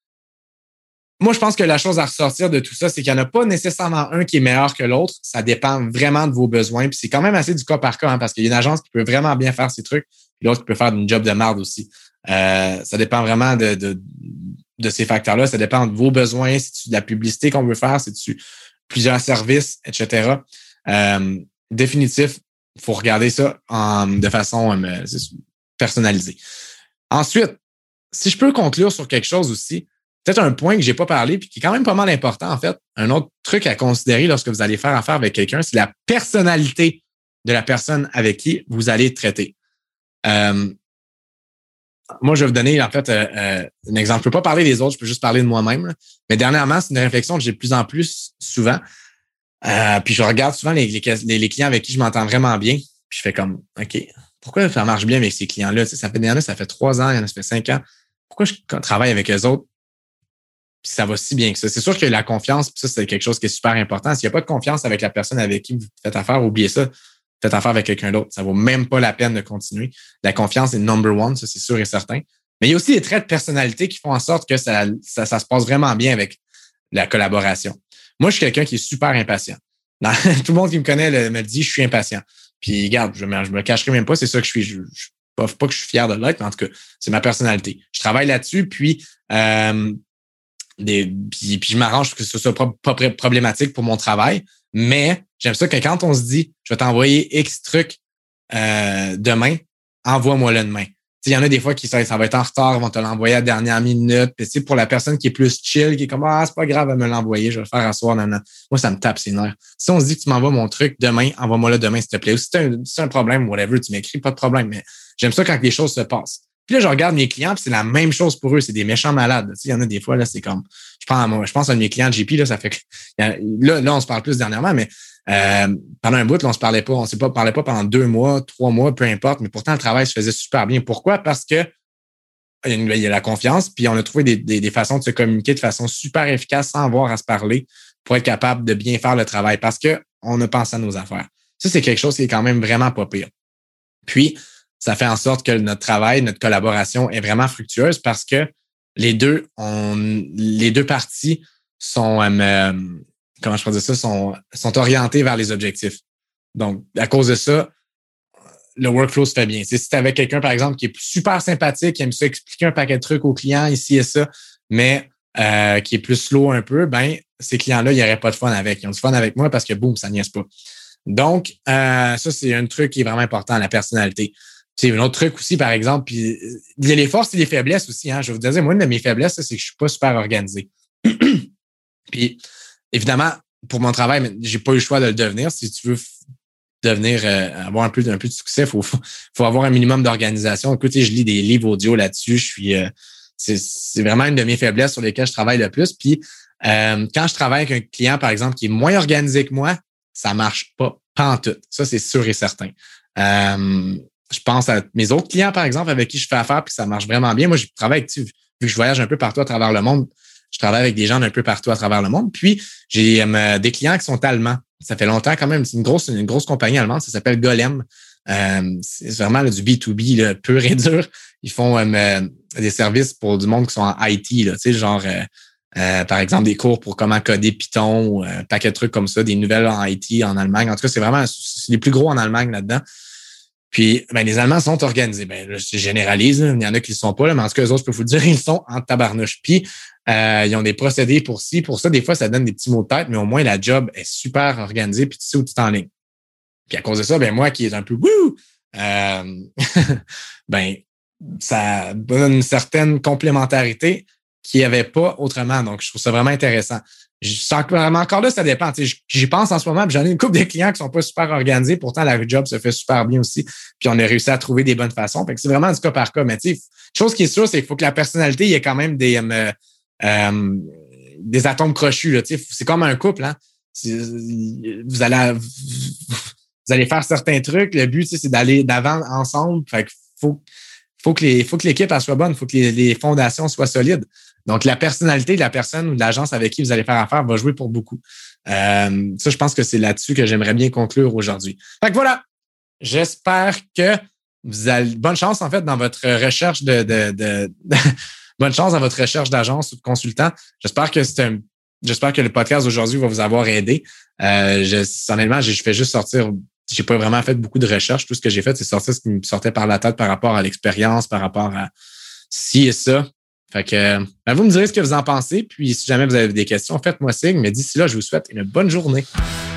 Moi, je pense que la chose à ressortir de tout ça, c'est qu'il n'y en a pas nécessairement un qui est meilleur que l'autre. Ça dépend vraiment de vos besoins. Puis c'est quand même assez du cas par cas, hein, parce qu'il y a une agence qui peut vraiment bien faire ses trucs, puis l'autre qui peut faire une job de merde aussi. Euh, ça dépend vraiment de, de, de ces facteurs-là. Ça dépend de vos besoins, si c'est de la publicité qu'on veut faire, si c'est plusieurs services, et cetera. Euh, définitif, il faut regarder ça en, de façon euh, personnalisée. Ensuite, si je peux conclure sur quelque chose aussi, peut-être un point que j'ai pas parlé puis qui est quand même pas mal important, en fait. Un autre truc à considérer lorsque vous allez faire affaire avec quelqu'un, c'est la personnalité de la personne avec qui vous allez traiter. Euh, moi, je vais vous donner, en fait, euh, euh, un exemple. Je peux pas parler des autres, je peux juste parler de moi-même. Là. Mais dernièrement, c'est une réflexion que j'ai de plus en plus souvent. Euh, puis je regarde souvent les, les, les clients avec qui je m'entends vraiment bien. Puis je fais comme, OK, pourquoi ça marche bien avec ces clients-là? Tu sais, ça fait des années, ça fait trois ans, il y en a, ça fait cinq ans. Pourquoi je travaille avec eux autres? Puis ça va si bien que ça. C'est sûr que la confiance, puis ça, c'est quelque chose qui est super important. S'il n'y a pas de confiance avec la personne avec qui vous faites affaire, oubliez ça. Faites affaire avec quelqu'un d'autre. Ça vaut même pas la peine de continuer. La confiance est number one, ça, c'est sûr et certain. Mais il y a aussi des traits de personnalité qui font en sorte que ça, ça, ça se passe vraiment bien avec la collaboration. Moi, je suis quelqu'un qui est super impatient. Dans, tout le monde qui me connaît le, me dit je suis impatient. Puis, regarde, je me, je me cacherai même pas, c'est ça que je suis. Je, je, pas, pas que je suis fier de l'être, mais en tout cas, c'est ma personnalité. Je travaille là-dessus, puis, euh, des, puis, puis je m'arrange pour que ce soit pas, pas problématique pour mon travail. Mais j'aime ça que quand on se dit je vais t'envoyer X trucs euh, demain, envoie-moi-le demain. Il y en a des fois qui ça, ça va être en retard, vont te l'envoyer à la dernière minute. Puis pour la personne qui est plus chill, qui est comme ah, c'est pas grave à me l'envoyer, je vais le faire asseoir. Nan, nan. Moi, ça me tape ses nerfs. Si on se dit que tu m'envoies mon truc demain, envoie-moi-le demain, s'il te plaît. Ou si c'est un, si un problème, whatever, tu m'écris, pas de problème. Mais j'aime ça quand les choses se passent. Puis là, je regarde mes clients, puis c'est la même chose pour eux. C'est des méchants malades. Il y en a des fois, là, c'est comme. Je pense à moi, je pense à mes clients de J P, là, ça fait que. Là, là, on se parle plus dernièrement, mais euh, pendant un bout, là, on se parlait pas, on s'est pas parlait pas pendant deux mois, trois mois, peu importe, mais pourtant le travail se faisait super bien. Pourquoi? Parce que il y a, une, il y a la confiance, puis on a trouvé des, des, des façons de se communiquer de façon super efficace sans avoir à se parler pour être capable de bien faire le travail parce que on a pensé à nos affaires. Ça, c'est quelque chose qui est quand même vraiment pas pire. Puis, ça fait en sorte que notre travail, notre collaboration est vraiment fructueuse parce que les deux, on, les deux parties sont, euh, comment je peux dire ça, sont, sont orientées vers les objectifs. Donc, à cause de ça, le workflow se fait bien. T'sais, si tu avais quelqu'un, par exemple, qui est super sympathique, qui aime ça expliquer un paquet de trucs aux clients, ici et ça, mais euh, qui est plus slow un peu, ben ces clients-là, il n'y aurait pas de fun avec. Ils ont du fun avec moi parce que, boum, ça niaise pas. Donc, euh, ça, c'est un truc qui est vraiment important, la personnalité. C'est un autre truc aussi, par exemple, puis il y a les forces et les faiblesses aussi. Hein. Je vais vous dire, moi, une de mes faiblesses, c'est que je suis pas super organisé. Puis, évidemment, pour mon travail, j'ai pas eu le choix de le devenir. Si tu veux devenir, euh, avoir un peu, un peu de succès, il faut, faut avoir un minimum d'organisation. Écoutez, je lis des livres audio là-dessus. Je suis, euh, c'est, c'est vraiment une de mes faiblesses sur lesquelles je travaille le plus. Puis, euh, quand je travaille avec un client, par exemple, qui est moins organisé que moi, ça marche pas pantoute. Ça, c'est sûr et certain. Euh, je pense à mes autres clients, par exemple, avec qui je fais affaire, puis ça marche vraiment bien. Moi, je travaille avec, vu que je voyage un peu partout à travers le monde, je travaille avec des gens d'un peu partout à travers le monde. Puis, j'ai euh, des clients qui sont allemands. Ça fait longtemps quand même. C'est une grosse, une grosse compagnie allemande. Ça s'appelle Golem. Euh, c'est vraiment là, du B deux B là, pur et dur. Ils font euh, des services pour du monde qui sont en I T, là, tu sais, genre, euh, euh, par exemple, des cours pour comment coder Python ou un paquet de trucs comme ça, des nouvelles en I T en Allemagne. En tout cas, c'est vraiment c'est les plus gros en Allemagne là-dedans. Puis, ben, les Allemands sont organisés. Ben, là, je généralise, là. Il y en a qui ne le sont pas, là, mais en tout cas, eux autres, je peux vous le dire, ils sont en tabarnouche. Puis, euh, ils ont des procédés pour ci, pour ça. Des fois, ça donne des petits mots de tête, mais au moins, la job est super organisée, puis tu sais où tu t'enlignes. Puis, à cause de ça, ben, moi, qui est un peu wouh, euh, ben, ça donne une certaine complémentarité qu'il n'y avait pas autrement. Donc, je trouve ça vraiment intéressant. Je sens que vraiment encore là, ça dépend. Tu sais, j'y pense en ce moment, puis j'en ai une couple de clients qui sont pas super organisés. Pourtant, la job se fait super bien aussi. Puis on a réussi à trouver des bonnes façons. Fait que c'est vraiment du cas par cas. Mais tu sais, chose qui est sûre, c'est qu'il faut que la personnalité, il y ait quand même des euh, euh, des atomes crochus. Là, tu sais, c'est comme un couple. Hein. C'est, vous allez vous allez faire certains trucs. Le but, tu sais, c'est d'aller d'avant ensemble. Fait que faut faut que les, faut que l'équipe elle soit bonne, il faut que les, les fondations soient solides. Donc, la personnalité de la personne ou de l'agence avec qui vous allez faire affaire va jouer pour beaucoup. Euh, ça, je pense que c'est là-dessus que j'aimerais bien conclure aujourd'hui. Fait que voilà, j'espère que vous avez bonne chance, en fait, dans votre recherche de, de, de, de bonne chance dans votre recherche d'agence ou de consultant. J'espère que c'est un, j'espère que le podcast d'aujourd'hui va vous avoir aidé. Euh, je, honnêtement, je fais juste sortir, j'ai pas vraiment fait beaucoup de recherches. Tout ce que j'ai fait, c'est sortir ce qui me sortait par la tête par rapport à l'expérience, par rapport à ci et ça. Fait que, ben vous me direz ce que vous en pensez. Puis, si jamais vous avez des questions, faites-moi signe. Mais d'ici là, je vous souhaite une bonne journée.